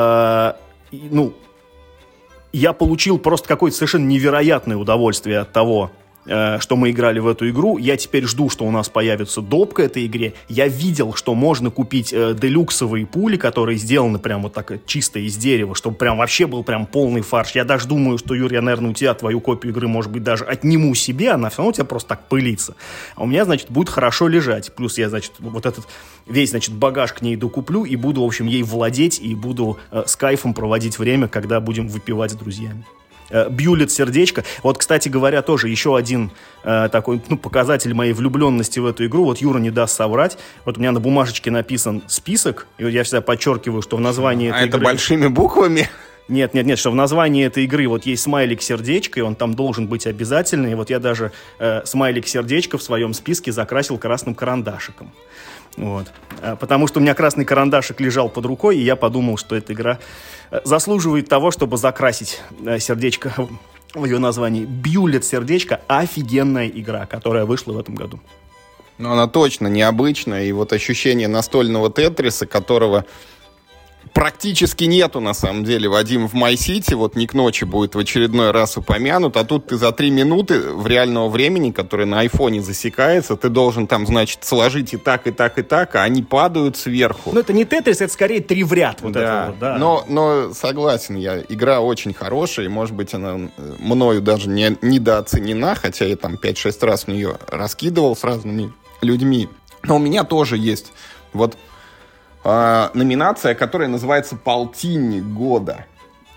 я получил просто какое-то совершенно невероятное удовольствие от того, что мы играли в эту игру. Я теперь жду, что у нас появится доп к этой игре. Я видел, что можно купить делюксовые пули, которые сделаны прям вот так чисто из дерева, чтобы прям вообще был прям полный фарш. Я даже думаю, что, Юр, я, наверное, у тебя твою копию игры, может быть, даже отниму себе, она все равно у тебя просто так пылится. А у меня, значит, будет хорошо лежать. Плюс я, значит, вот этот весь, значит, багаж к ней докуплю и буду, в общем, ей владеть и буду с кайфом проводить время, когда будем выпивать с друзьями. Бьюлет сердечко. Вот, кстати говоря, тоже еще один такой показатель моей влюбленности в эту игру. Вот Юра не даст соврать. Вот у меня на бумажечке написан список. И вот я всегда подчеркиваю, что в названии этой игры... это большими буквами? Нет, что в названии этой игры вот есть смайлик-сердечко, и он там должен быть обязательный. И вот я даже смайлик-сердечко в своем списке закрасил красным карандашиком. Вот. Потому что у меня красный карандашик лежал под рукой, и я подумал, что эта игра заслуживает того, чтобы закрасить сердечко в ее названии. Бьюлет сердечко — офигенная игра, которая вышла в этом году. Ну, она точно необычная, и вот ощущение настольного тетриса, которого практически нету, на самом деле, Вадим, в My City, вот не к ночи будет в очередной раз упомянут, а тут ты за 3 минуты в реального времени, который на айфоне засекается, ты должен там, значит, сложить и так, и так, и так, а они падают сверху. Ну, это не тетрис, это скорее 3 в ряд. Вот да. Это вот, да. Но согласен я, игра очень хорошая, и, может быть, она мною даже не недооценена, хотя я там 5-6 раз в нее раскидывал с разными людьми. Но у меня тоже есть вот номинация, которая называется «Полтинник года».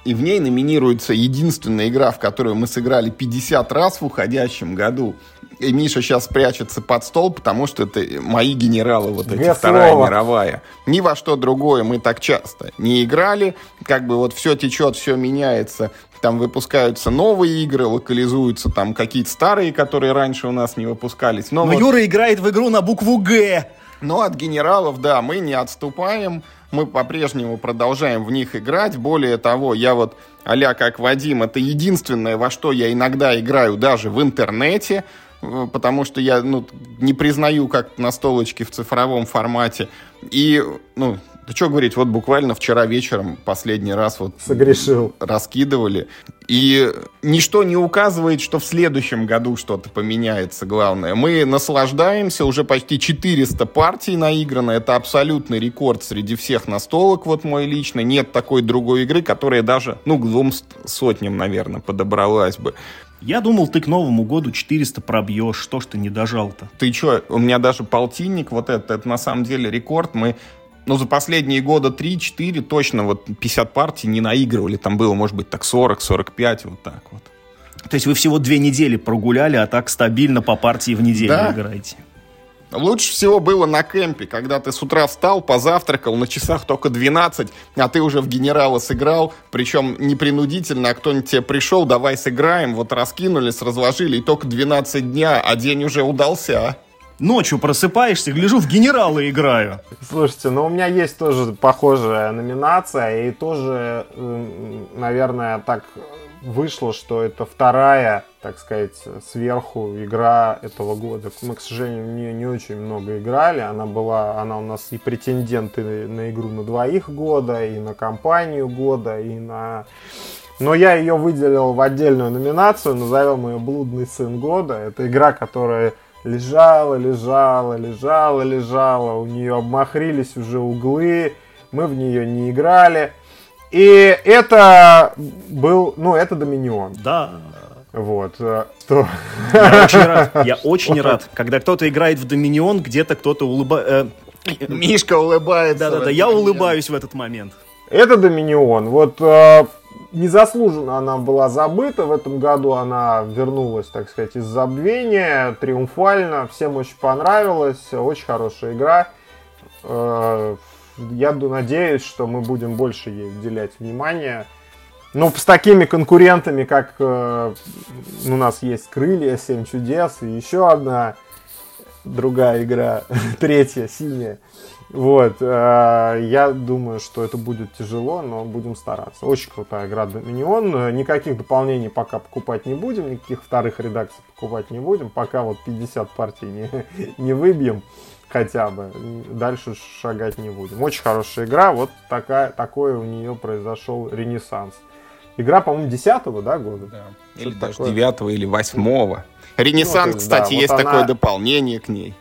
и в ней номинируется единственная игра, в которую мы сыграли 50 раз в уходящем году. И Миша сейчас прячется под стол, потому что это мои генералы, вот эти, Вторая мировая. Ни во что другое мы так часто не играли. Как бы вот все течет, все меняется. Там выпускаются новые игры, локализуются там какие-то старые, которые раньше у нас не выпускались. Но вот... Юра играет в игру на букву «Г». Но от генералов, да, мы не отступаем. Мы по-прежнему продолжаем в них играть. Более того, я вот, а-ля как Вадим, это единственное, во что я иногда играю даже в интернете, потому что я не признаю как настолочки в цифровом формате. И, да что говорить, вот буквально вчера вечером последний раз вот согрешил. Раскидывали. И ничто не указывает, что в следующем году что-то поменяется, главное. Мы наслаждаемся, уже почти 400 партий наиграно. Это абсолютный рекорд среди всех настолок, вот мой личный. Нет такой другой игры, которая даже, к 200, наверное, подобралась бы. Я думал, ты к Новому году 400 пробьешь. Что ж ты не дожал-то? Ты что, у меня даже полтинник, вот это на самом деле рекорд. Мы, за последние года 3-4 точно вот 50 партий не наигрывали. Там было, может быть, так 40-45, вот так вот. То есть вы всего 2 недели прогуляли, а так стабильно по партии в неделю играете? Лучше всего было на кемпе, когда ты с утра встал, позавтракал, на часах только 12, а ты уже в генерала сыграл, причем непринудительно, а кто-нибудь тебе пришел, давай сыграем, вот раскинулись, разложили, и только 12 дня, а день уже удался. Ночью просыпаешься, гляжу, в генерала играю. Слушайте, у меня есть тоже похожая номинация, и тоже, наверное, так вышло, что это вторая, так сказать, сверху игра этого года. Мы, к сожалению, в нее не очень много играли. Она у нас и претенденты на игру на двоих года, и на кампанию года, и на... Но я ее выделил в отдельную номинацию, назовем ее «Блудный сын года». Это игра, которая лежала, у нее обмахрились уже углы, мы в нее не играли. И это был, это Доминион. Да. Вот. Я очень рад, когда кто-то играет в Доминион, где-то кто-то улыбается. Мишка улыбается. Да, я улыбаюсь в этот момент. Это Доминион. Вот незаслуженно она была забыта. В этом году она вернулась, так сказать, из забвения. Триумфально. Всем очень понравилось. Очень хорошая игра. Я надеюсь, что мы будем больше ей уделять внимание. С такими конкурентами, как у нас есть «Крылья», «Семь чудес» и еще одна другая игра, третья, синяя. Вот. Я думаю, что это будет тяжело, но будем стараться. Очень крутая игра Доминион. Никаких дополнений пока покупать не будем, никаких вторых редакций покупать не будем, пока 50 партий не выбьем. Хотя бы. Дальше шагать не будем. Очень хорошая игра. Вот такой у нее произошел ренессанс. Игра, по-моему, 10-го, года? Да. Или даже 9-го или 8-го. Ренессанс, кстати, есть такое дополнение к ней.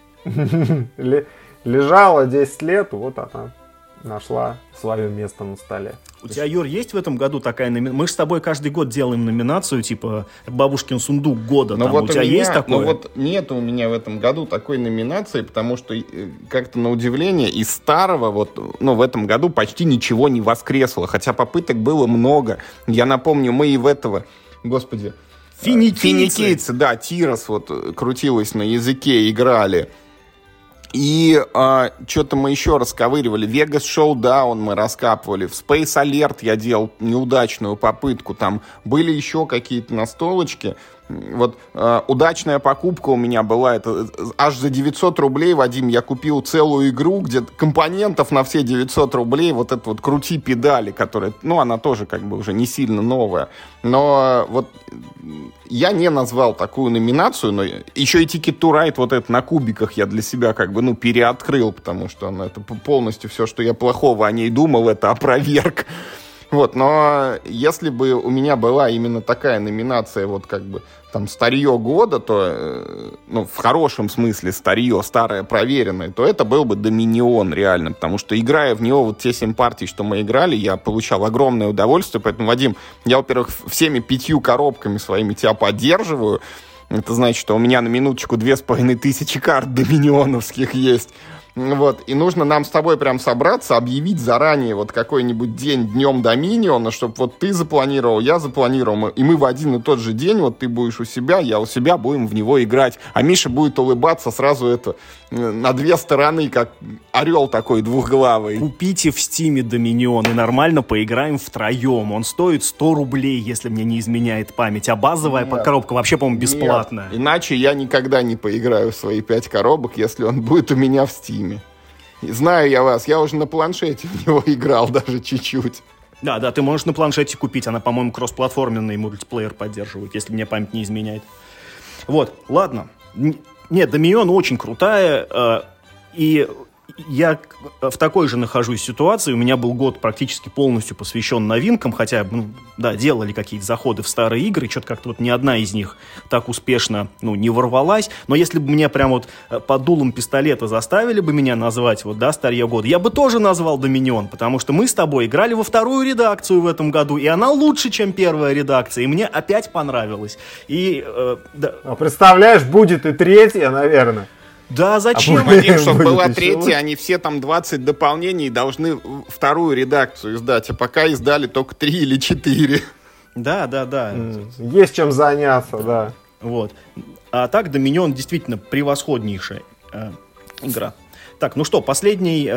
Лежала 10 лет, вот она нашла свое место на столе. У тебя, Юр, есть в этом году такая номинация? Мы же с тобой каждый год делаем номинацию, типа «Бабушкин сундук года». У тебя есть такое? Нет у меня в этом году такой номинации, потому что как-то на удивление из старого в этом году почти ничего не воскресло, хотя попыток было много. Я напомню, мы и в этого, господи... Финикийцы, да, Тирос крутилось на языке, играли. И что-то мы еще расковыривали. Vegas Showdown мы раскапывали. В Space Alert я делал неудачную попытку. Там были еще какие-то настолочки. Удачная покупка у меня была. Это аж за 900 рублей, Вадим, я купил целую игру, где компонентов на все 900 рублей. Крути педали, которая, она тоже как бы уже не сильно новая. Но я не назвал такую номинацию, но еще и Ticket to Ride это на кубиках я для себя как бы, переоткрыл, потому что это полностью все, что я плохого о ней думал, это опроверг. Но если бы у меня была именно такая номинация, старье года, то, в хорошем смысле старье, старое, проверенное, то это был бы Доминион реально, потому что, играя в него те 7 партий, что мы играли, я получал огромное удовольствие, поэтому, Вадим, я, во-первых, всеми 5 коробками своими тебя поддерживаю, это значит, что у меня на минуточку 2500 карт доминионовских есть. Вот, и нужно нам с тобой прям собраться, объявить заранее вот какой-нибудь день днем Доминиона, чтобы вот ты запланировал, я запланировал, и мы в один и тот же день, вот ты будешь у себя, я у себя, будем в него играть. А Миша будет улыбаться сразу это на две стороны, как орел такой двухглавый. Купите в Стиме Доминион и нормально поиграем втроем. Он стоит 100 рублей, если мне не изменяет память. А базовая коробка вообще, по-моему, бесплатная. Нет. Иначе я никогда не поиграю в свои 5 коробок, если он будет у меня в Стиме. И знаю я вас, я уже на планшете в него играл даже чуть-чуть. Да, ты можешь на планшете купить. Она, по-моему, кроссплатформенный мультиплеер поддерживает, если мне память не изменяет. Вот, ладно. Нет, Доминион очень крутая. И я в такой же нахожусь ситуации. У меня был год практически полностью посвящен новинкам, хотя, делали какие-то заходы в старые игры, что-то как-то вот ни одна из них так успешно, не ворвалась. Но если бы мне прям вот под дулом пистолета заставили бы меня назвать, старье года, я бы тоже назвал Доминион, потому что мы с тобой играли во вторую редакцию в этом году, и она лучше, чем первая редакция, и мне опять понравилось. А представляешь, будет и третья, наверное. Да, зачем? Вадим, чтобы была третья, они все там 20 дополнений должны вторую редакцию издать, а пока издали только 3 или 4. Да. Есть чем заняться, да. Вот. А так, Доминион действительно превосходнейшая игра. Так, ну что, по последней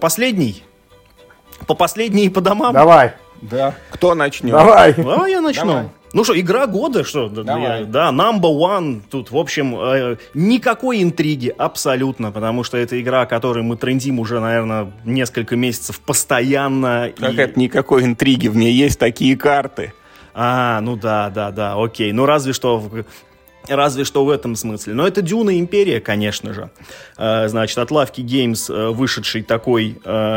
и по домам? Давай. Да. Кто начнет? Давай я начну. Давай. Ну что, игра года, что? Давай. Да, number one. Тут, в общем, никакой интриги абсолютно, потому что это игра, которой мы трендим уже, наверное, несколько месяцев постоянно. Как это никакой интриги? В ней есть такие карты. Да, окей. Ну, разве что в этом смысле. Но это Дюна Империя, конечно же. Значит, от Лавки Games вышедший такой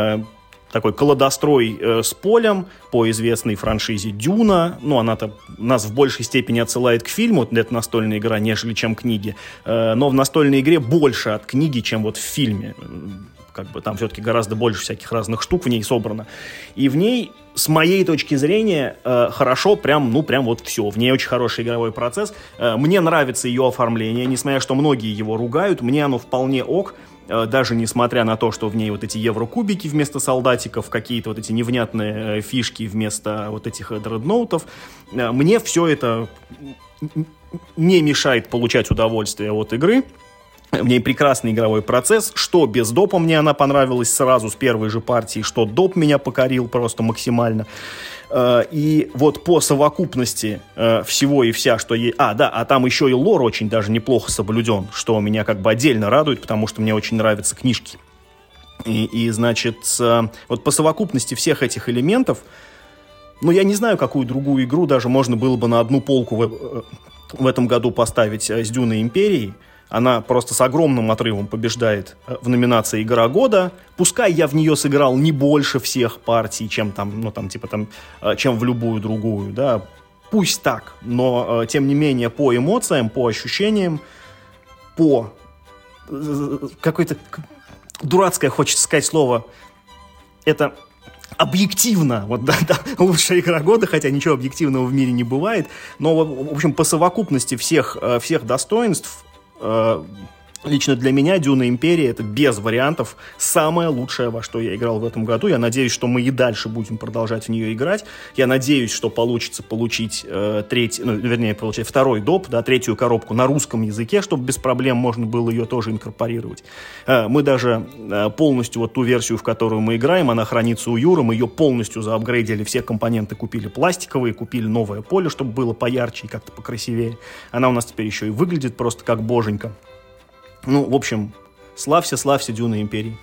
колодострой с полем по известной франшизе Дюна. Она-то нас в большей степени отсылает к фильму, это настольная игра, нежели чем книги. Но в настольной игре больше от книги, чем вот в фильме. Там все-таки гораздо больше всяких разных штук в ней собрано. И в ней, с моей точки зрения, хорошо, прям вот все. В ней очень хороший игровой процесс. Мне нравится ее оформление, несмотря что многие его ругают, мне оно вполне ок. Даже несмотря на то, что в ней вот эти еврокубики вместо солдатиков, какие-то вот эти невнятные фишки вместо вот этих дредноутов, мне все это не мешает получать удовольствие от игры. В ней прекрасный игровой процесс. Что без допа мне она понравилась сразу с первой же партии, что доп меня покорил просто максимально. И вот по совокупности всего и вся, что есть... А там еще и лор очень даже неплохо соблюден, что меня отдельно радует, потому что мне очень нравятся книжки. И значит, вот по совокупности всех этих элементов, я не знаю, какую другую игру даже можно было бы на одну полку в этом году поставить с Дюной Империей. Она просто с огромным отрывом побеждает в номинации «Игра года». Пускай я в нее сыграл не больше всех партий, чем чем в любую другую, да. Пусть так, но тем не менее по эмоциям, по ощущениям, по какое-то дурацкое, хочется сказать слово, это объективно, лучшая игра года, хотя ничего объективного в мире не бывает, но, в общем, по совокупности всех достоинств, лично для меня Дюна Империя — это без вариантов самое лучшее, во что я играл в этом году. Я надеюсь, что мы и дальше будем продолжать в нее играть. Я надеюсь, что получится получить второй доп, третью коробку на русском языке, чтобы без проблем можно было ее тоже инкорпорировать. Мы даже полностью ту версию, в которую мы играем, она хранится у Юры, мы ее полностью заапгрейдили, все компоненты купили пластиковые, купили новое поле, чтобы было поярче и как-то покрасивее. Она у нас теперь еще и выглядит просто как боженька. В общем, славься, Дюна Империи.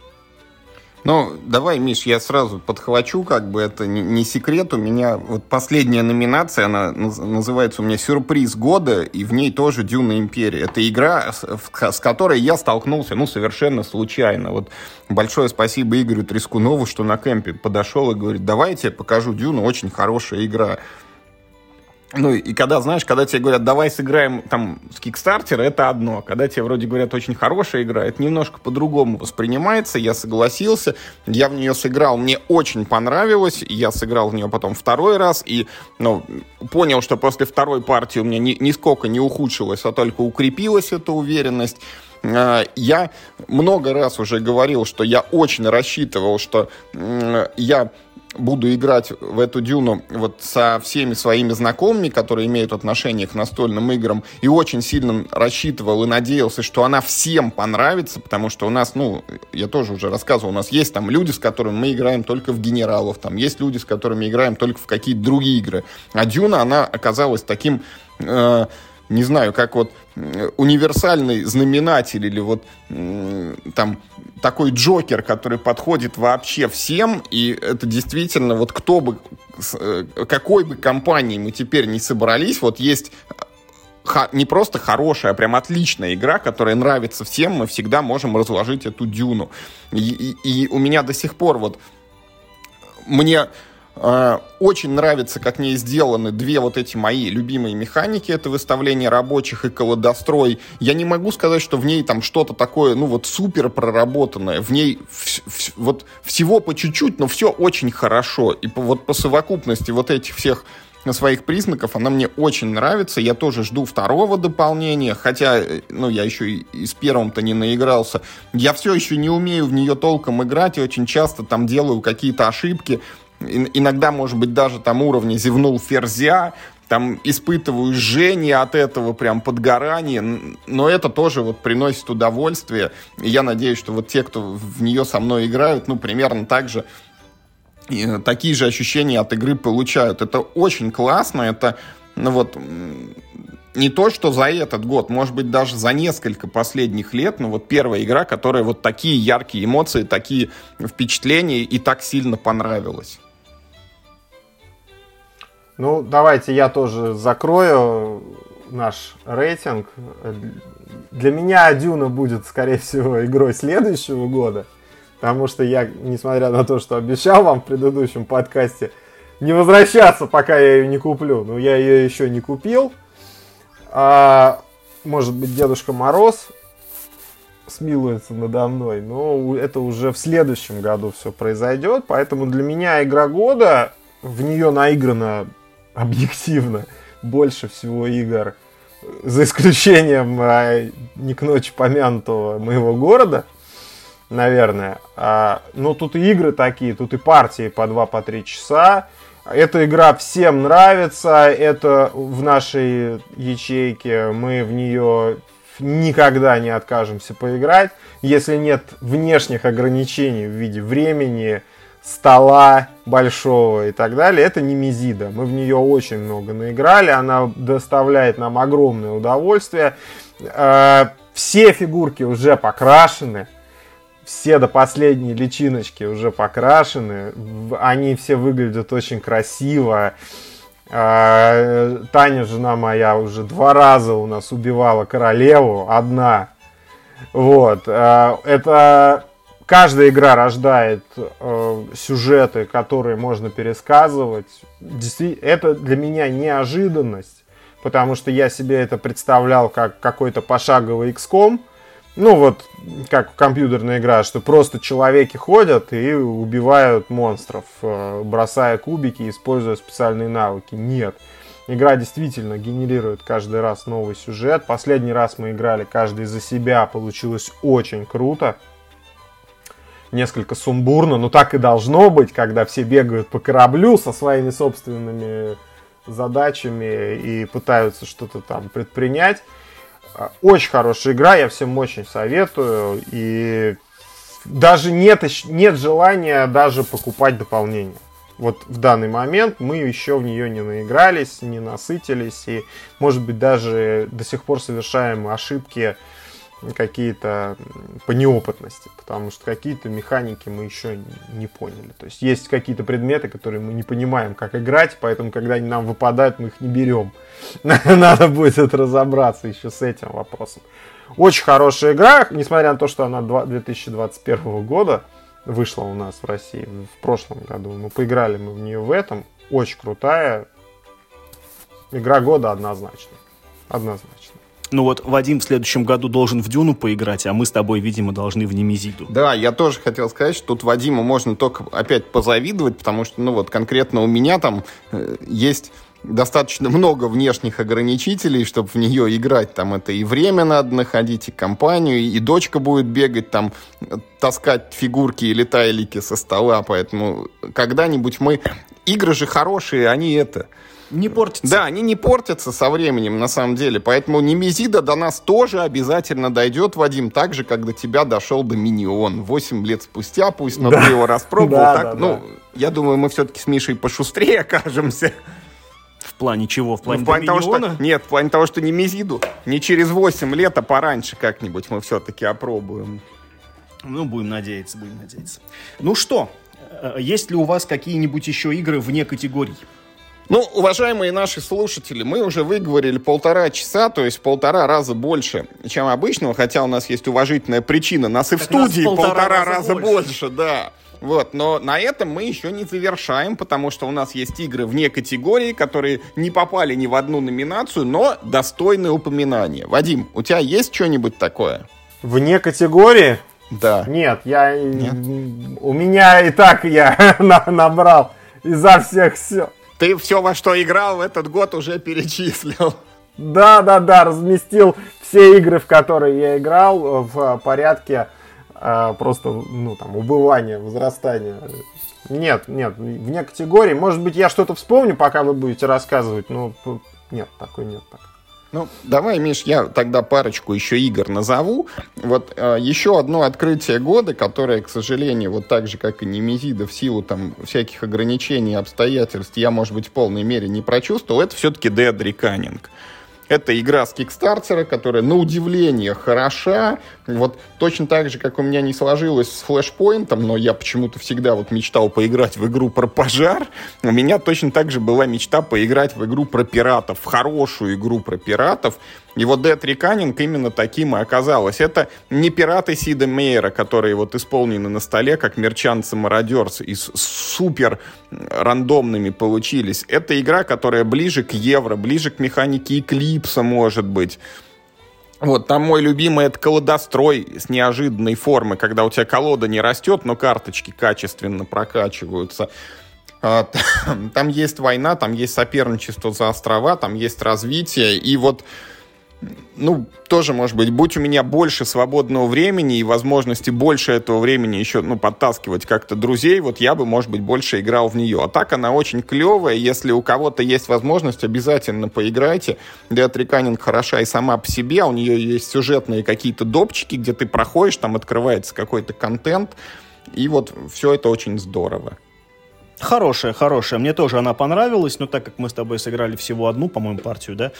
Давай, Миш, я сразу подхвачу, это не секрет. У меня последняя номинация, она называется у меня «Сюрприз года», и в ней тоже Дюна Империя. Это игра, с которой я столкнулся, совершенно случайно. Большое спасибо Игорю Трескунову, что на кемпе подошел и говорит: давай я тебе покажу Дюну, очень хорошая игра. И когда тебе говорят, давай сыграем с Кикстартера, это одно. Когда тебе вроде говорят, очень хорошая игра, это немножко по-другому воспринимается. Я согласился, я в нее сыграл, мне очень понравилось. Я сыграл в нее потом второй раз и понял, что после второй партии у меня нисколько не ухудшилась, а только укрепилась эта уверенность. Я много раз уже говорил, что я очень рассчитывал, что я буду играть в эту Дюну вот со всеми своими знакомыми, которые имеют отношение к настольным играм, и очень сильно рассчитывал и надеялся, что она всем понравится, потому что у нас, я тоже уже рассказывал, у нас есть там люди, с которыми мы играем только в генералов, там есть люди, с которыми играем только в какие-то другие игры. А Дюна, она оказалась таким... не знаю, как вот универсальный знаменатель или вот там такой Джокер, который подходит вообще всем, и это действительно вот какой бы компанией мы теперь не собрались, вот есть не просто хорошая, а прям отличная игра, которая нравится всем, мы всегда можем разложить эту Дюну. И у меня до сих пор вот мне... очень нравится, как в ней сделаны две вот эти мои любимые механики. Это выставление рабочих и колодострой. Я не могу сказать, что в ней там что-то такое, супер проработанное. В ней вот всего по чуть-чуть, но все очень хорошо. И по совокупности вот этих всех своих признаков она мне очень нравится. Я тоже жду второго дополнения, хотя, я еще и с первым-то не наигрался. Я все еще не умею в нее толком играть и очень часто там делаю какие-то ошибки. Иногда, может быть, даже там уровня зевнул ферзя, там испытываю жжение от этого, прям подгорание, но это тоже вот приносит удовольствие, и я надеюсь, что вот те, кто в нее со мной играют, примерно так же, такие же ощущения от игры получают. Это очень классно, это, не то, что за этот год, может быть, даже за несколько последних лет, первая игра, которая вот такие яркие эмоции, такие впечатления и так сильно понравилась. Давайте я тоже закрою наш рейтинг. Для меня Дюна будет, скорее всего, игрой следующего года, потому что я, несмотря на то, что обещал вам в предыдущем подкасте не возвращаться, пока я ее не куплю, но я ее еще не купил. Может быть, Дедушка Мороз смилуется надо мной, но это уже в следующем году все произойдет, поэтому для меня игра года, в нее наиграно объективно больше всего игр, за исключением не к ночи помянутого моего города, наверное. Но тут и игры такие, тут и партии по 2-3 часа. Эта игра всем нравится, это в нашей ячейке, мы в нее никогда не откажемся поиграть, если нет внешних ограничений в виде времени, стола большого и так далее. Это Немезида. Мы в нее очень много наиграли. Она доставляет нам огромное удовольствие. Все фигурки уже покрашены. Все до последней личиночки уже покрашены. Они все выглядят очень красиво. Таня, жена моя, уже 2 раза у нас убивала королеву. Одна. Это... Каждая игра рождает сюжеты, которые можно пересказывать. Действительно, это для меня неожиданность, потому что я себе это представлял как какой-то пошаговый XCOM. Как компьютерная игра, что просто человеки ходят и убивают монстров, бросая кубики, используя специальные навыки. Нет. Игра действительно генерирует каждый раз новый сюжет. Последний раз мы играли каждый за себя, получилось очень круто. Несколько сумбурно, но так и должно быть, когда все бегают по кораблю со своими собственными задачами и пытаются что-то там предпринять. Очень хорошая игра, я всем очень советую. И даже нет желания даже покупать дополнение. Вот в данный момент мы еще в нее не наигрались, не насытились. И, может быть, даже до сих пор совершаем ошибки какие-то по неопытности, потому что какие-то механики мы еще не поняли. То есть есть какие-то предметы, которые мы не понимаем, как играть, поэтому, когда они нам выпадают, мы их не берем. Надо будет разобраться еще с этим вопросом. Очень хорошая игра, несмотря на то, что она 2021 года вышла у нас в России в прошлом году. Мы поиграли в нее в этом. Очень крутая. Игра года однозначно. Однозначно. Вадим в следующем году должен в Дюну поиграть, а мы с тобой, видимо, должны в Немезиду. Да, я тоже хотел сказать, что тут Вадиму можно только опять позавидовать, потому что, конкретно у меня там есть достаточно много внешних ограничителей, чтобы в нее играть. Там это и время надо находить, и компанию, и дочка будет бегать, там, таскать фигурки или тайлики со стола. Поэтому когда-нибудь мы... Игры же хорошие, они это... Не портятся. Да, они не портятся со временем, на самом деле. Поэтому Немезида до нас тоже обязательно дойдет, Вадим, так же, как до тебя дошел Доминион. 8 лет спустя, пусть, но ты его распробовал. Я думаю, мы все-таки с Мишей пошустрее окажемся. В плане чего? В плане Доминиона? Доминиона? Нет, в плане того, что Немезиду не через 8 лет, а пораньше как-нибудь мы все-таки опробуем. Ну, будем надеяться, будем надеяться. Ну что, есть ли у вас какие-нибудь еще игры вне категорий? Ну, уважаемые наши слушатели, мы уже выговорили 1,5 часа, то есть в 1,5 раза больше, чем обычного, хотя у нас есть уважительная причина. Нас и в студии 1,5 раза больше, да. Вот, но на этом мы еще не завершаем, потому что у нас есть игры вне категории, которые не попали ни в одну номинацию, но достойны упоминания. Вадим, у тебя есть что-нибудь такое? Вне категории? Да. Нет, у меня и так я набрал изо всех все. Ты все, во что играл в этот год, уже перечислил. Да, разместил все игры, в которые я играл, в порядке просто, убывания, возрастания. Нет, вне категории. Может быть, я что-то вспомню, пока вы будете рассказывать, но нет, такой нет. Ну, давай, Миш, я тогда парочку еще игр назову. Вот еще одно открытие года, которое, к сожалению, вот так же, как и Немезида, в силу там всяких ограничений и обстоятельств, я, может быть, в полной мере не прочувствовал, это все-таки Dead Reckoning. Это игра с Кикстартера, которая, на удивление, хороша. Вот точно так же, как у меня не сложилось с Флэшпоинтом, но я почему-то всегда вот мечтал поиграть в игру про пожар, у меня точно так же была мечта поиграть в игру про пиратов, в хорошую игру про пиратов. И вот Dead Reckoning именно таким и оказалось. Это не пираты Сида Мейера, которые вот исполнены на столе, как Merchants and Marauderс, и супер рандомными получились. Это игра, которая ближе к евро, ближе к механике Эклипса, может быть. Вот, там мой любимый — это колодострой с неожиданной формы, когда у тебя колода не растет, но карточки качественно прокачиваются. Там есть война, там есть соперничество за острова, там есть развитие, и вот тоже, может быть, будь у меня больше свободного времени и возможности больше этого времени еще, подтаскивать как-то друзей, вот я бы, может быть, больше играл в нее. А так она очень клевая, если у кого-то есть возможность, обязательно поиграйте. Dead Reckoning хороша и сама по себе, у нее есть сюжетные какие-то допчики, где ты проходишь, там открывается какой-то контент, и вот все это очень здорово. Хорошая. Мне тоже она понравилась, но так как мы с тобой сыграли всего одну, по-моему, партию, да,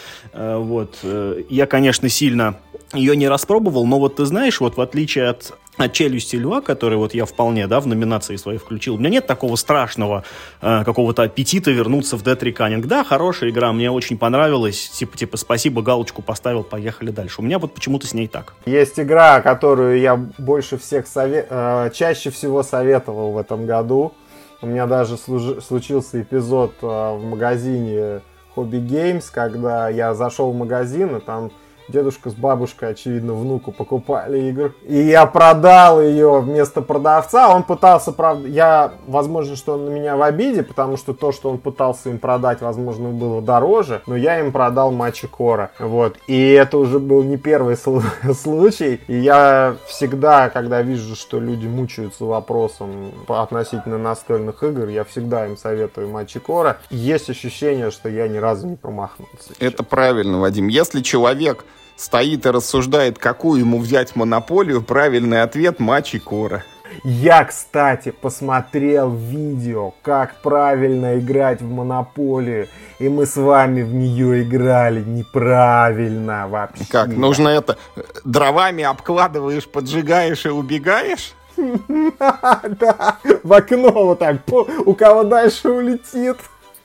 я, конечно, сильно ее не распробовал, но вот ты знаешь, вот в отличие от «Челюсти льва», который вот я вполне, в номинации своей включил, у меня нет такого страшного какого-то аппетита вернуться в Dead Reckoning. Да, хорошая игра, мне очень понравилась, типа спасибо, галочку поставил, поехали дальше. У меня вот почему-то с ней так. Есть игра, которую я больше всех чаще всего советовал в этом году. У меня даже случился эпизод в магазине Hobby Games, когда я зашел в магазин, и там дедушка с бабушкой, очевидно, внуку покупали игру. И я продал ее вместо продавца. Он пытался, возможно, что он на меня в обиде, потому что то, что он пытался им продать, возможно, было дороже, но я им продал Мачикора. Вот. И это уже был не первый случай. И я всегда, когда вижу, что люди мучаются вопросом относительно настольных игр, я всегда им советую Мачикора. Есть ощущение, что я ни разу не промахнулся. Это правильно, Вадим. Если человек стоит и рассуждает, какую ему взять монополию, правильный ответ — Мачикора. Я, кстати, посмотрел видео, как правильно играть в монополию, и мы с вами в нее играли неправильно вообще. Как? Нужно это дровами обкладываешь, поджигаешь и убегаешь? Да, в окно вот так, у кого дальше улетит.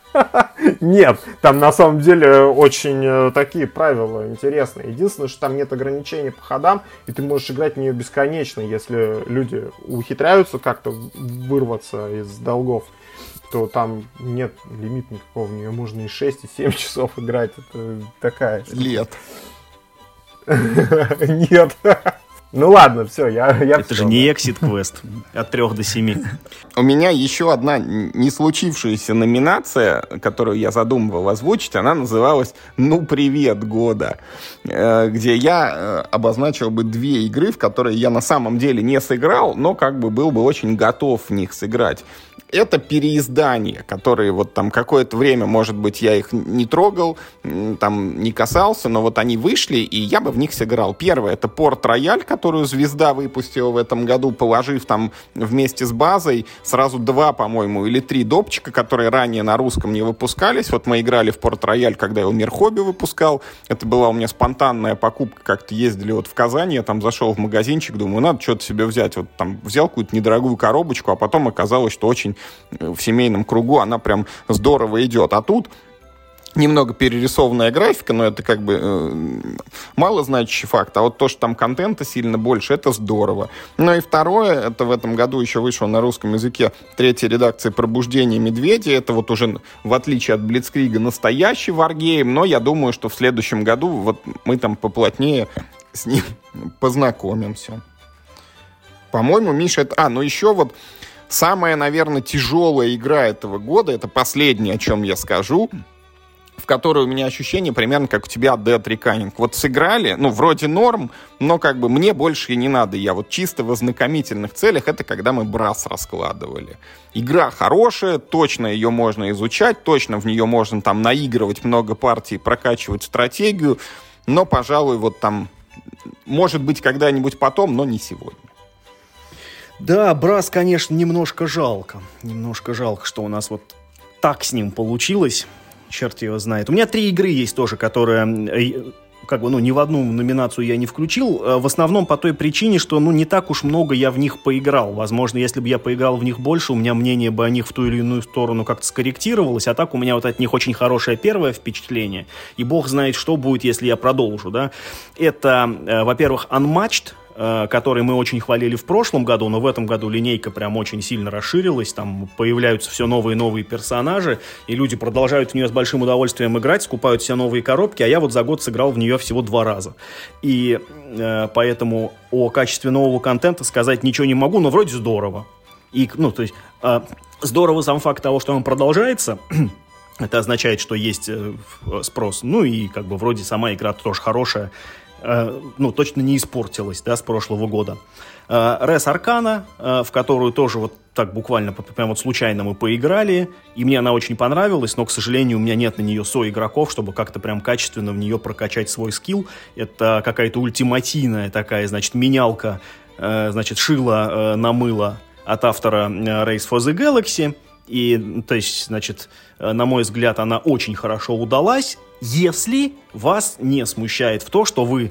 Нет, там на самом деле очень такие правила интересные. Единственное, что там нет ограничений по ходам, и ты можешь играть в нее бесконечно. Если люди ухитряются как-то вырваться из долгов, то там нет лимита никакого. В нее можно и 6, и 7 часов играть. Это такая... Лет. Нет. Ну ладно, все, я Это же не Exit Quest от 3 до 7. У меня еще одна не случившаяся номинация, которую я задумывал озвучить, она называлась «Ну, привет, года», где я обозначил бы 2 игры, в которые я на самом деле не сыграл, но как бы был бы очень готов в них сыграть. Это переиздания, которые вот там какое-то время, может быть, я их не трогал, там не касался, но вот они вышли, и я бы в них сыграл. Первое — это Порт Рояль, которую Звезда выпустила в этом году, положив там вместе с базой сразу 2, по-моему, или 3 допчика, которые ранее на русском не выпускались. Вот мы играли в Порт Рояль, когда его Мир Хобби выпускал. Это была у меня спонтанная покупка, как-то ездили вот в Казани, я там зашел в магазинчик, думаю, надо что-то себе взять. Вот там взял какую-то недорогую коробочку, а потом оказалось, что очень в семейном кругу она прям здорово идет. А тут немного перерисованная графика, но это как бы малозначащий факт. А вот то, что там контента сильно больше, это здорово. Ну и второе, это в этом году еще вышло на русском языке 3-я редакция «Пробуждение медведя». Это вот уже, в отличие от Блицкрига, настоящий варгейм, но я думаю, что в следующем году вот мы там поплотнее с ним познакомимся. По-моему, Миша, это... ну еще вот самая, наверное, тяжелая игра этого года, это последнее, о чем я скажу, в которой у меня ощущение примерно как у тебя от Dead Reckoning. Вот сыграли, вроде норм, но как бы мне больше и не надо. Я вот чисто в ознакомительных целях, это когда мы Брас раскладывали. Игра хорошая, точно ее можно изучать, точно в нее можно там наигрывать много партий, прокачивать стратегию, но, пожалуй, вот там, может быть, когда-нибудь потом, но не сегодня. Да, Брас, конечно, немножко жалко. Немножко жалко, что у нас вот так с ним получилось. Черт его знает. У меня 3 игры есть тоже, которые как бы, ни в одну номинацию я не включил. В основном по той причине, что, не так уж много я в них поиграл. Возможно, если бы я поиграл в них больше, у меня мнение бы о них в ту или иную сторону как-то скорректировалось. А так у меня вот от них очень хорошее первое впечатление. И бог знает, что будет, если я продолжу, да. Это, во-первых, Unmatched, который мы очень хвалили в прошлом году, но в этом году линейка прям очень сильно расширилась, там появляются все новые и новые персонажи, и люди продолжают в нее с большим удовольствием играть, скупают все новые коробки, а я вот за год сыграл в нее всего 2 раза. И поэтому о качестве нового контента сказать ничего не могу, но вроде здорово. И, то есть, здорово сам факт того, что он продолжается. Это означает, что есть спрос. И как бы вроде сама игра тоже хорошая. Точно не испортилась, да, с прошлого года. Res Arcana, в которую тоже вот так буквально прям вот случайно мы поиграли, и мне она очень понравилась, но, к сожалению, у меня нет на нее соигроков, чтобы как-то прям качественно в нее прокачать свой скилл. Это какая-то ультимативная такая, значит, менялка, значит, шила на мыло от автора Race for the Galaxy. И, то есть, значит, на мой взгляд, она очень хорошо удалась, если вас не смущает в то, что вы...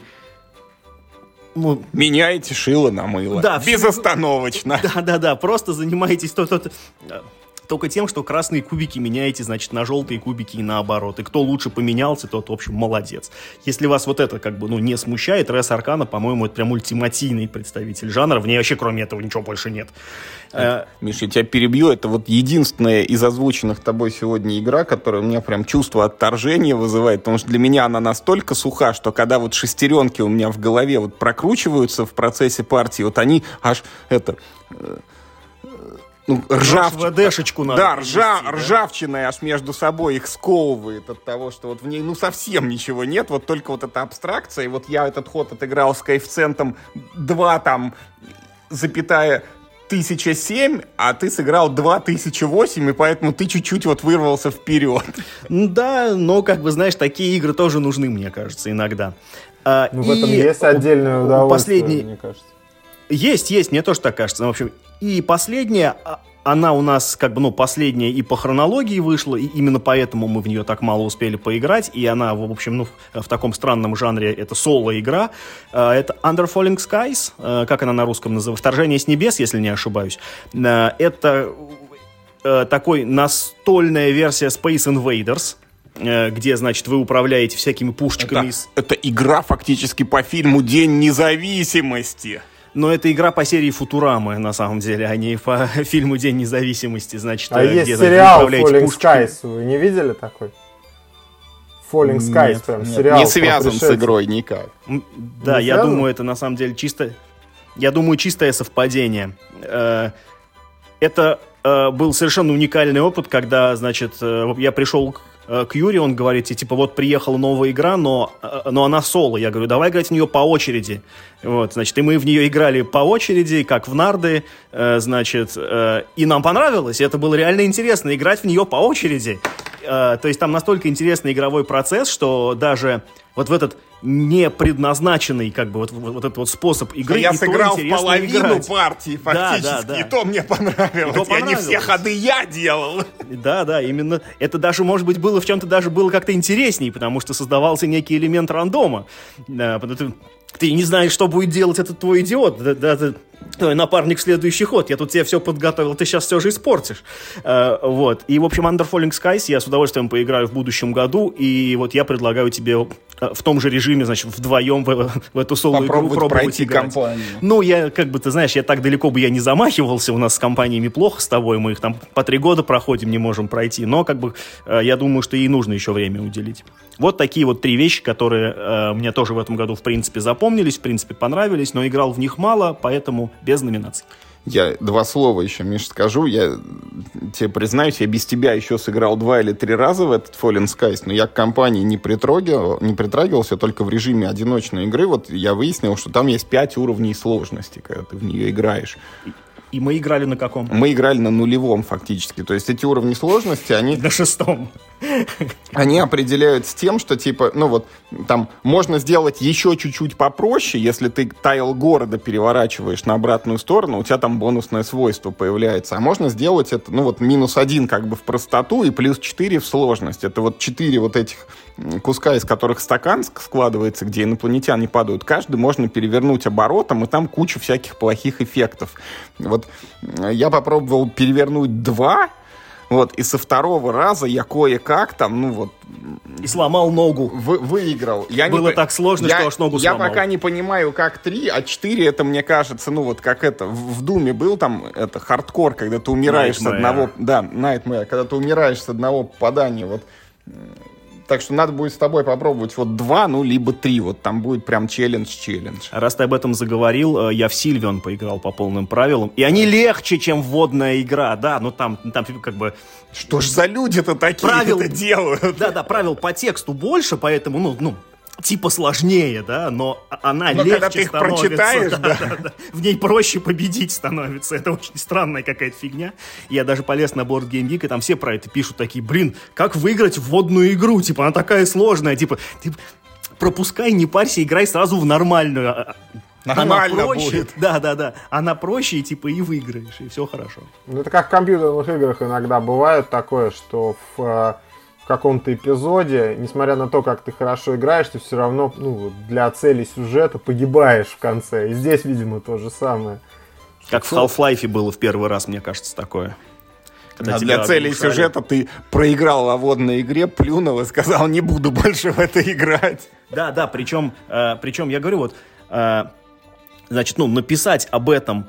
меняете шило на мыло. Да, безостановочно. Да, просто занимаетесь только тем, что красные кубики меняете, значит, на желтые кубики и наоборот. И кто лучше поменялся, тот, в общем, молодец. Если вас вот это, как бы, не смущает, Res Arcana, по-моему, это прям ультимативный представитель жанра. В ней вообще, кроме этого, ничего больше нет. Миша, я тебя перебью. Это вот единственная из озвученных тобой сегодня игра, которая у меня прям чувство отторжения вызывает, потому что для меня она настолько суха, что когда вот шестеренки у меня в голове вот прокручиваются в процессе партии, вот они аж ВДшечку надо. Да, ржавчина аж между собой их сковывает от того, что вот в ней совсем ничего нет, вот только вот эта абстракция. И вот я этот ход отыграл с коэффициентом 2 запятая 1007, а ты сыграл 2008, и поэтому ты чуть-чуть вот вырвался вперед. Да, но, как бы, знаешь, такие игры тоже нужны, мне кажется, иногда. В этом есть отдельное удовольствие, мне кажется. Есть, мне тоже так кажется. В общем, и последняя, она у нас как бы, последняя и по хронологии вышла, и именно поэтому мы в нее так мало успели поиграть, и она, в общем, в таком странном жанре, это соло-игра. Это Under Falling Skies, как она на русском называется? «Вторжение с небес», если не ошибаюсь. Это такой настольная версия Space Invaders, где, значит, вы управляете всякими пушечками. Это игра фактически по фильму «День независимости». Но это игра по серии Футурамы, на самом деле, а не по фильму «День независимости». Значит, есть сериал Falling Skies, вы не видели такой? Falling Skies, прям сериал. Не связан с игрой никак. Да, я думаю, это на самом деле чисто я думаю, чистое совпадение. Это был совершенно уникальный опыт, когда, значит, я пришел к Юре, он говорит, типа, вот приехала новая игра, но она соло. Я говорю, давай играть в нее по очереди. Вот, значит, и мы в нее играли по очереди, как в нарды, значит, и нам понравилось, и это было реально интересно, играть в нее по очереди. То есть там настолько интересный игровой процесс, что даже вот в этот не предназначенный, как бы, вот этот вот способ игры, я сыграл в половину играть. Партии фактически, и то мне понравилось. Я не все ходы я делал. Да, именно. Это даже, может быть, было в чем-то даже было как-то интересней, потому что создавался некий элемент рандома. Ты не знаешь, что будет делать этот твой идиот. Твой напарник в следующий ход. Я тут тебе все подготовил, ты сейчас все же испортишь. Вот. И, в общем, Under Falling Skies я с удовольствием поиграю в будущем году. И вот я предлагаю тебе в том же режиме, значит, вдвоем в эту соло-игру пробовать пройти играть. Компанию. Ну, я, как бы, ты знаешь, я так далеко бы я не замахивался. У нас с компаниями плохо с тобой. Мы их там по 3 года проходим, не можем пройти. Но, как бы, я думаю, что ей нужно еще время уделить. Вот такие вот 3 вещи, которые мне тоже в этом году, в принципе, запомнились, в принципе, понравились, но играл в них мало, поэтому без номинаций. Я 2 слова еще, Миш, скажу. Я тебе признаюсь, я без тебя еще сыграл 2 или 3 раза в этот Fallen Skies, но я к компании не притрагивался, только в режиме одиночной игры. Вот я выяснил, что там есть 5 уровней сложности, когда ты в нее играешь. И мы играли на каком? Мы играли на 0 фактически. То есть эти уровни сложности, они... На 6. Они определяются тем, что, типа, ну вот, там можно сделать еще чуть-чуть попроще, если ты тайл города переворачиваешь на обратную сторону, у тебя там бонусное свойство появляется. А можно сделать это, ну вот, -1 как бы в простоту и +4 в сложность. Это вот 4 вот этих куска, из которых стакан складывается, где инопланетяне падают. Каждый можно перевернуть оборотом, и там куча всяких плохих эффектов. Вот я попробовал перевернуть 2, вот, и со 2-го раза я кое-как там, ну вот... И сломал ногу. Выиграл. Было так сложно, что аж ногу сломал. Я пока не понимаю, как 3, а 4 это, мне кажется, ну вот как это, в Думе был там, это, хардкор, когда ты умираешь с одного... Да, Nightmare, когда ты умираешь с одного попадания, вот... Так что надо будет с тобой попробовать вот 2, ну, либо 3. Вот там будет прям челлендж. Раз ты об этом заговорил, я в Сильвион поиграл по полным правилам. И они легче, чем вводная игра, да. Ну, там как бы... Что ж за люди-то такие это делают? Да, правил по тексту больше, поэтому, ну, типа сложнее, да, но она легче когда ты их становится. прочитаешь, да. В ней проще победить становится. Это очень странная какая-то фигня. Я даже полез на Board Game Geek, и там все про это пишут, такие, блин, как выиграть вводную игру? Типа, она такая сложная. Типа, ты пропускай, не парься, играй сразу в нормальную. Нормально она проще, будет. Да. Она проще, и типа и выиграешь, и все хорошо. Ну, это как в компьютерных играх иногда бывает такое, что в каком-то эпизоде, несмотря на то, как ты хорошо играешь, ты все равно, ну, для цели сюжета погибаешь в конце. И здесь, видимо, то же самое. Как в Half-Life было в первый раз, мне кажется, такое. А для целей сюжета ты проиграл во водной игре, плюнул и сказал, не буду больше в это играть. Да, причем я говорю, вот, значит, ну, написать об этом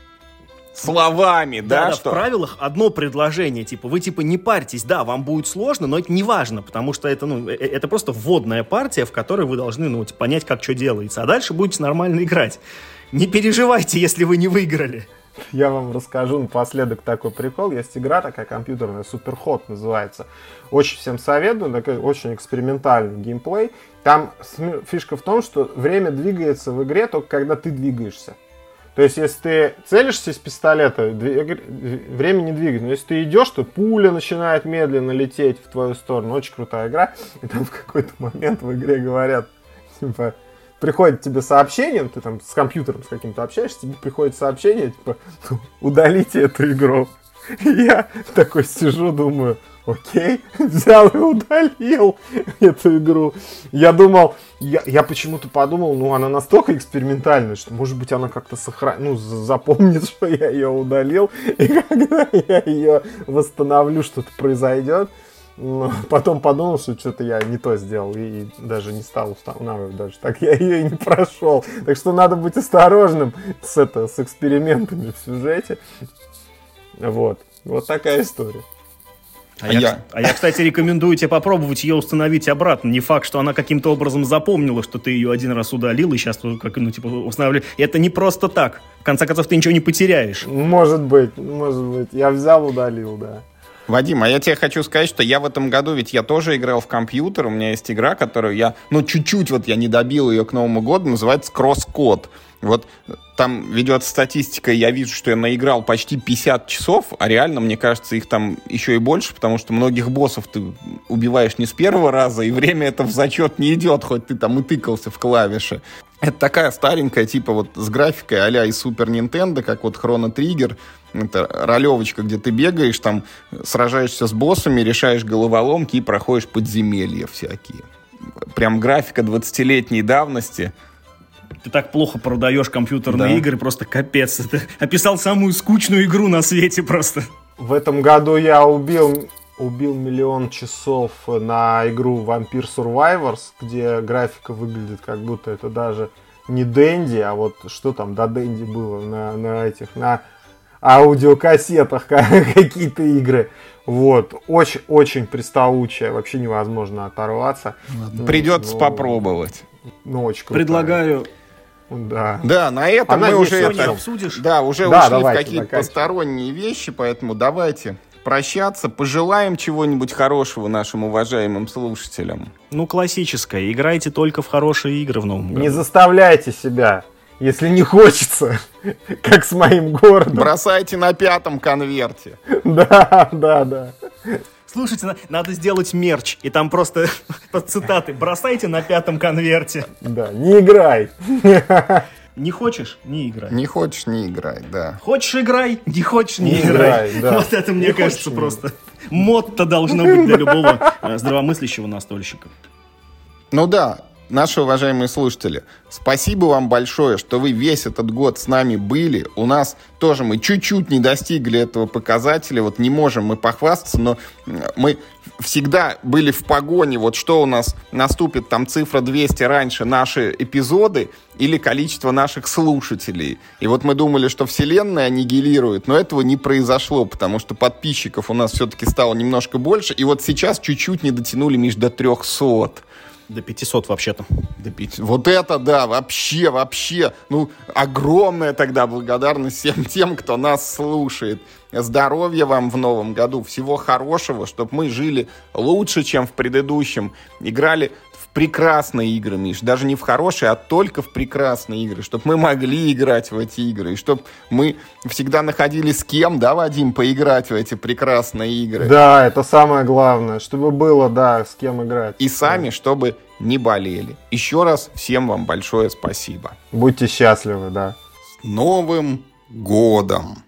словами, да, что? В правилах одно предложение, типа, вы, типа, не парьтесь, да, вам будет сложно, но это не важно, потому что это, ну, это просто вводная партия, в которой вы должны, ну, типа, понять, как что делается, а дальше будете нормально играть. Не переживайте, если вы не выиграли. Я вам расскажу напоследок такой прикол. Есть игра такая компьютерная, Superhot называется. Очень всем советую, такой очень экспериментальный геймплей. Там фишка в том, что время двигается в игре только когда ты двигаешься. То есть, если ты целишься из пистолета, время не двигается. Но если ты идешь, то пуля начинает медленно лететь в твою сторону. Очень крутая игра. И там в какой-то момент в игре говорят, типа, приходит тебе сообщение, ты там с компьютером с каким-то общаешься, тебе приходит сообщение, типа, удалите эту игру. И я такой сижу, думаю, окей, взял и удалил эту игру. Я думал, я почему-то подумал, ну, она настолько экспериментальная, что, может быть, она как-то запомнит, что я ее удалил, и когда я ее восстановлю, что-то произойдет. Но потом подумал, что что-то я не то сделал, и даже не стал устанавливать, даже так я ее и не прошел. Так что надо быть осторожным с экспериментами в сюжете. Вот такая история. Я, кстати, рекомендую тебе попробовать ее установить обратно. Не факт, что она каким-то образом запомнила, что ты ее один раз удалил и сейчас устанавливаешь. Это не просто так. В конце концов, ты ничего не потеряешь. Может быть. Я взял, удалил, да. Вадим, а я тебе хочу сказать, что я в этом году, ведь я тоже играл в компьютер, у меня есть игра, которую я, чуть-чуть я не добил ее к Новому году, называется Кросс-код. Вот там ведется статистика, и я вижу, что я наиграл почти 50 часов, а реально, мне кажется, их там еще и больше, потому что многих боссов ты убиваешь не с первого раза, и время это в зачет не идет, хоть ты там и тыкался в клавиши. Это такая старенькая, типа с графикой а-ля из Супер Нинтендо, как Chrono Trigger. Это ролевочка, где ты бегаешь, там сражаешься с боссами, решаешь головоломки и проходишь подземелья всякие. Прям графика 20-летней давности. Ты так плохо продаешь компьютерные игры, просто капец. Ты описал самую скучную игру на свете просто. В этом году я убил 1 миллион часов на игру Vampire Survivors, где графика выглядит как будто это даже не Dendy, а что там до Dendy было на аудиокассетах какие-то игры. Очень приставучая, вообще невозможно оторваться. Придется попробовать. Очень круто. Предлагаю... Да, на этом мы уже обсудишь. Да, уже ушли в какие-то посторонние вещи, поэтому давайте прощаться, пожелаем чего-нибудь хорошего нашим уважаемым слушателям. Классическое. Играйте только в хорошие игры в Новом году. Не заставляйте себя, если не хочется, как с моим городом. Бросайте на 5-м конверте. Да. Слушайте, надо сделать мерч, и там просто цитаты. Бросайте на 5-м конверте. Да, не играй. Не хочешь — не играй. Не хочешь — не играй, да. Хочешь — играй, не хочешь — не играй. Да. Вот это, мне кажется, просто мотто должно быть для любого здравомыслящего настольщика. Да. Наши уважаемые слушатели, спасибо вам большое, что вы весь этот год с нами были. У нас тоже мы чуть-чуть не достигли этого показателя. Не можем мы похвастаться, но мы всегда были в погоне. Что у нас наступит, там цифра 200 раньше, наши эпизоды или количество наших слушателей. И мы думали, что вселенная аннигилирует, но этого не произошло, потому что подписчиков у нас все-таки стало немножко больше. И сейчас чуть-чуть не дотянули, Миш, до 300. До 500 вообще-то. До 500. Вот это да, вообще. Огромная тогда благодарность всем тем, кто нас слушает. Здоровья вам в новом году, всего хорошего, чтобы мы жили лучше, чем в предыдущем. Играли в прекрасные игры, Миш. Даже не в хорошие, а только в прекрасные игры. Чтобы мы могли играть в эти игры. И чтобы мы всегда находили с кем, да, Вадим, поиграть в эти прекрасные игры. Да, это самое главное. Чтобы было, с кем играть. И сами, чтобы не болели. Еще раз всем вам большое спасибо. Будьте счастливы, да. С Новым годом!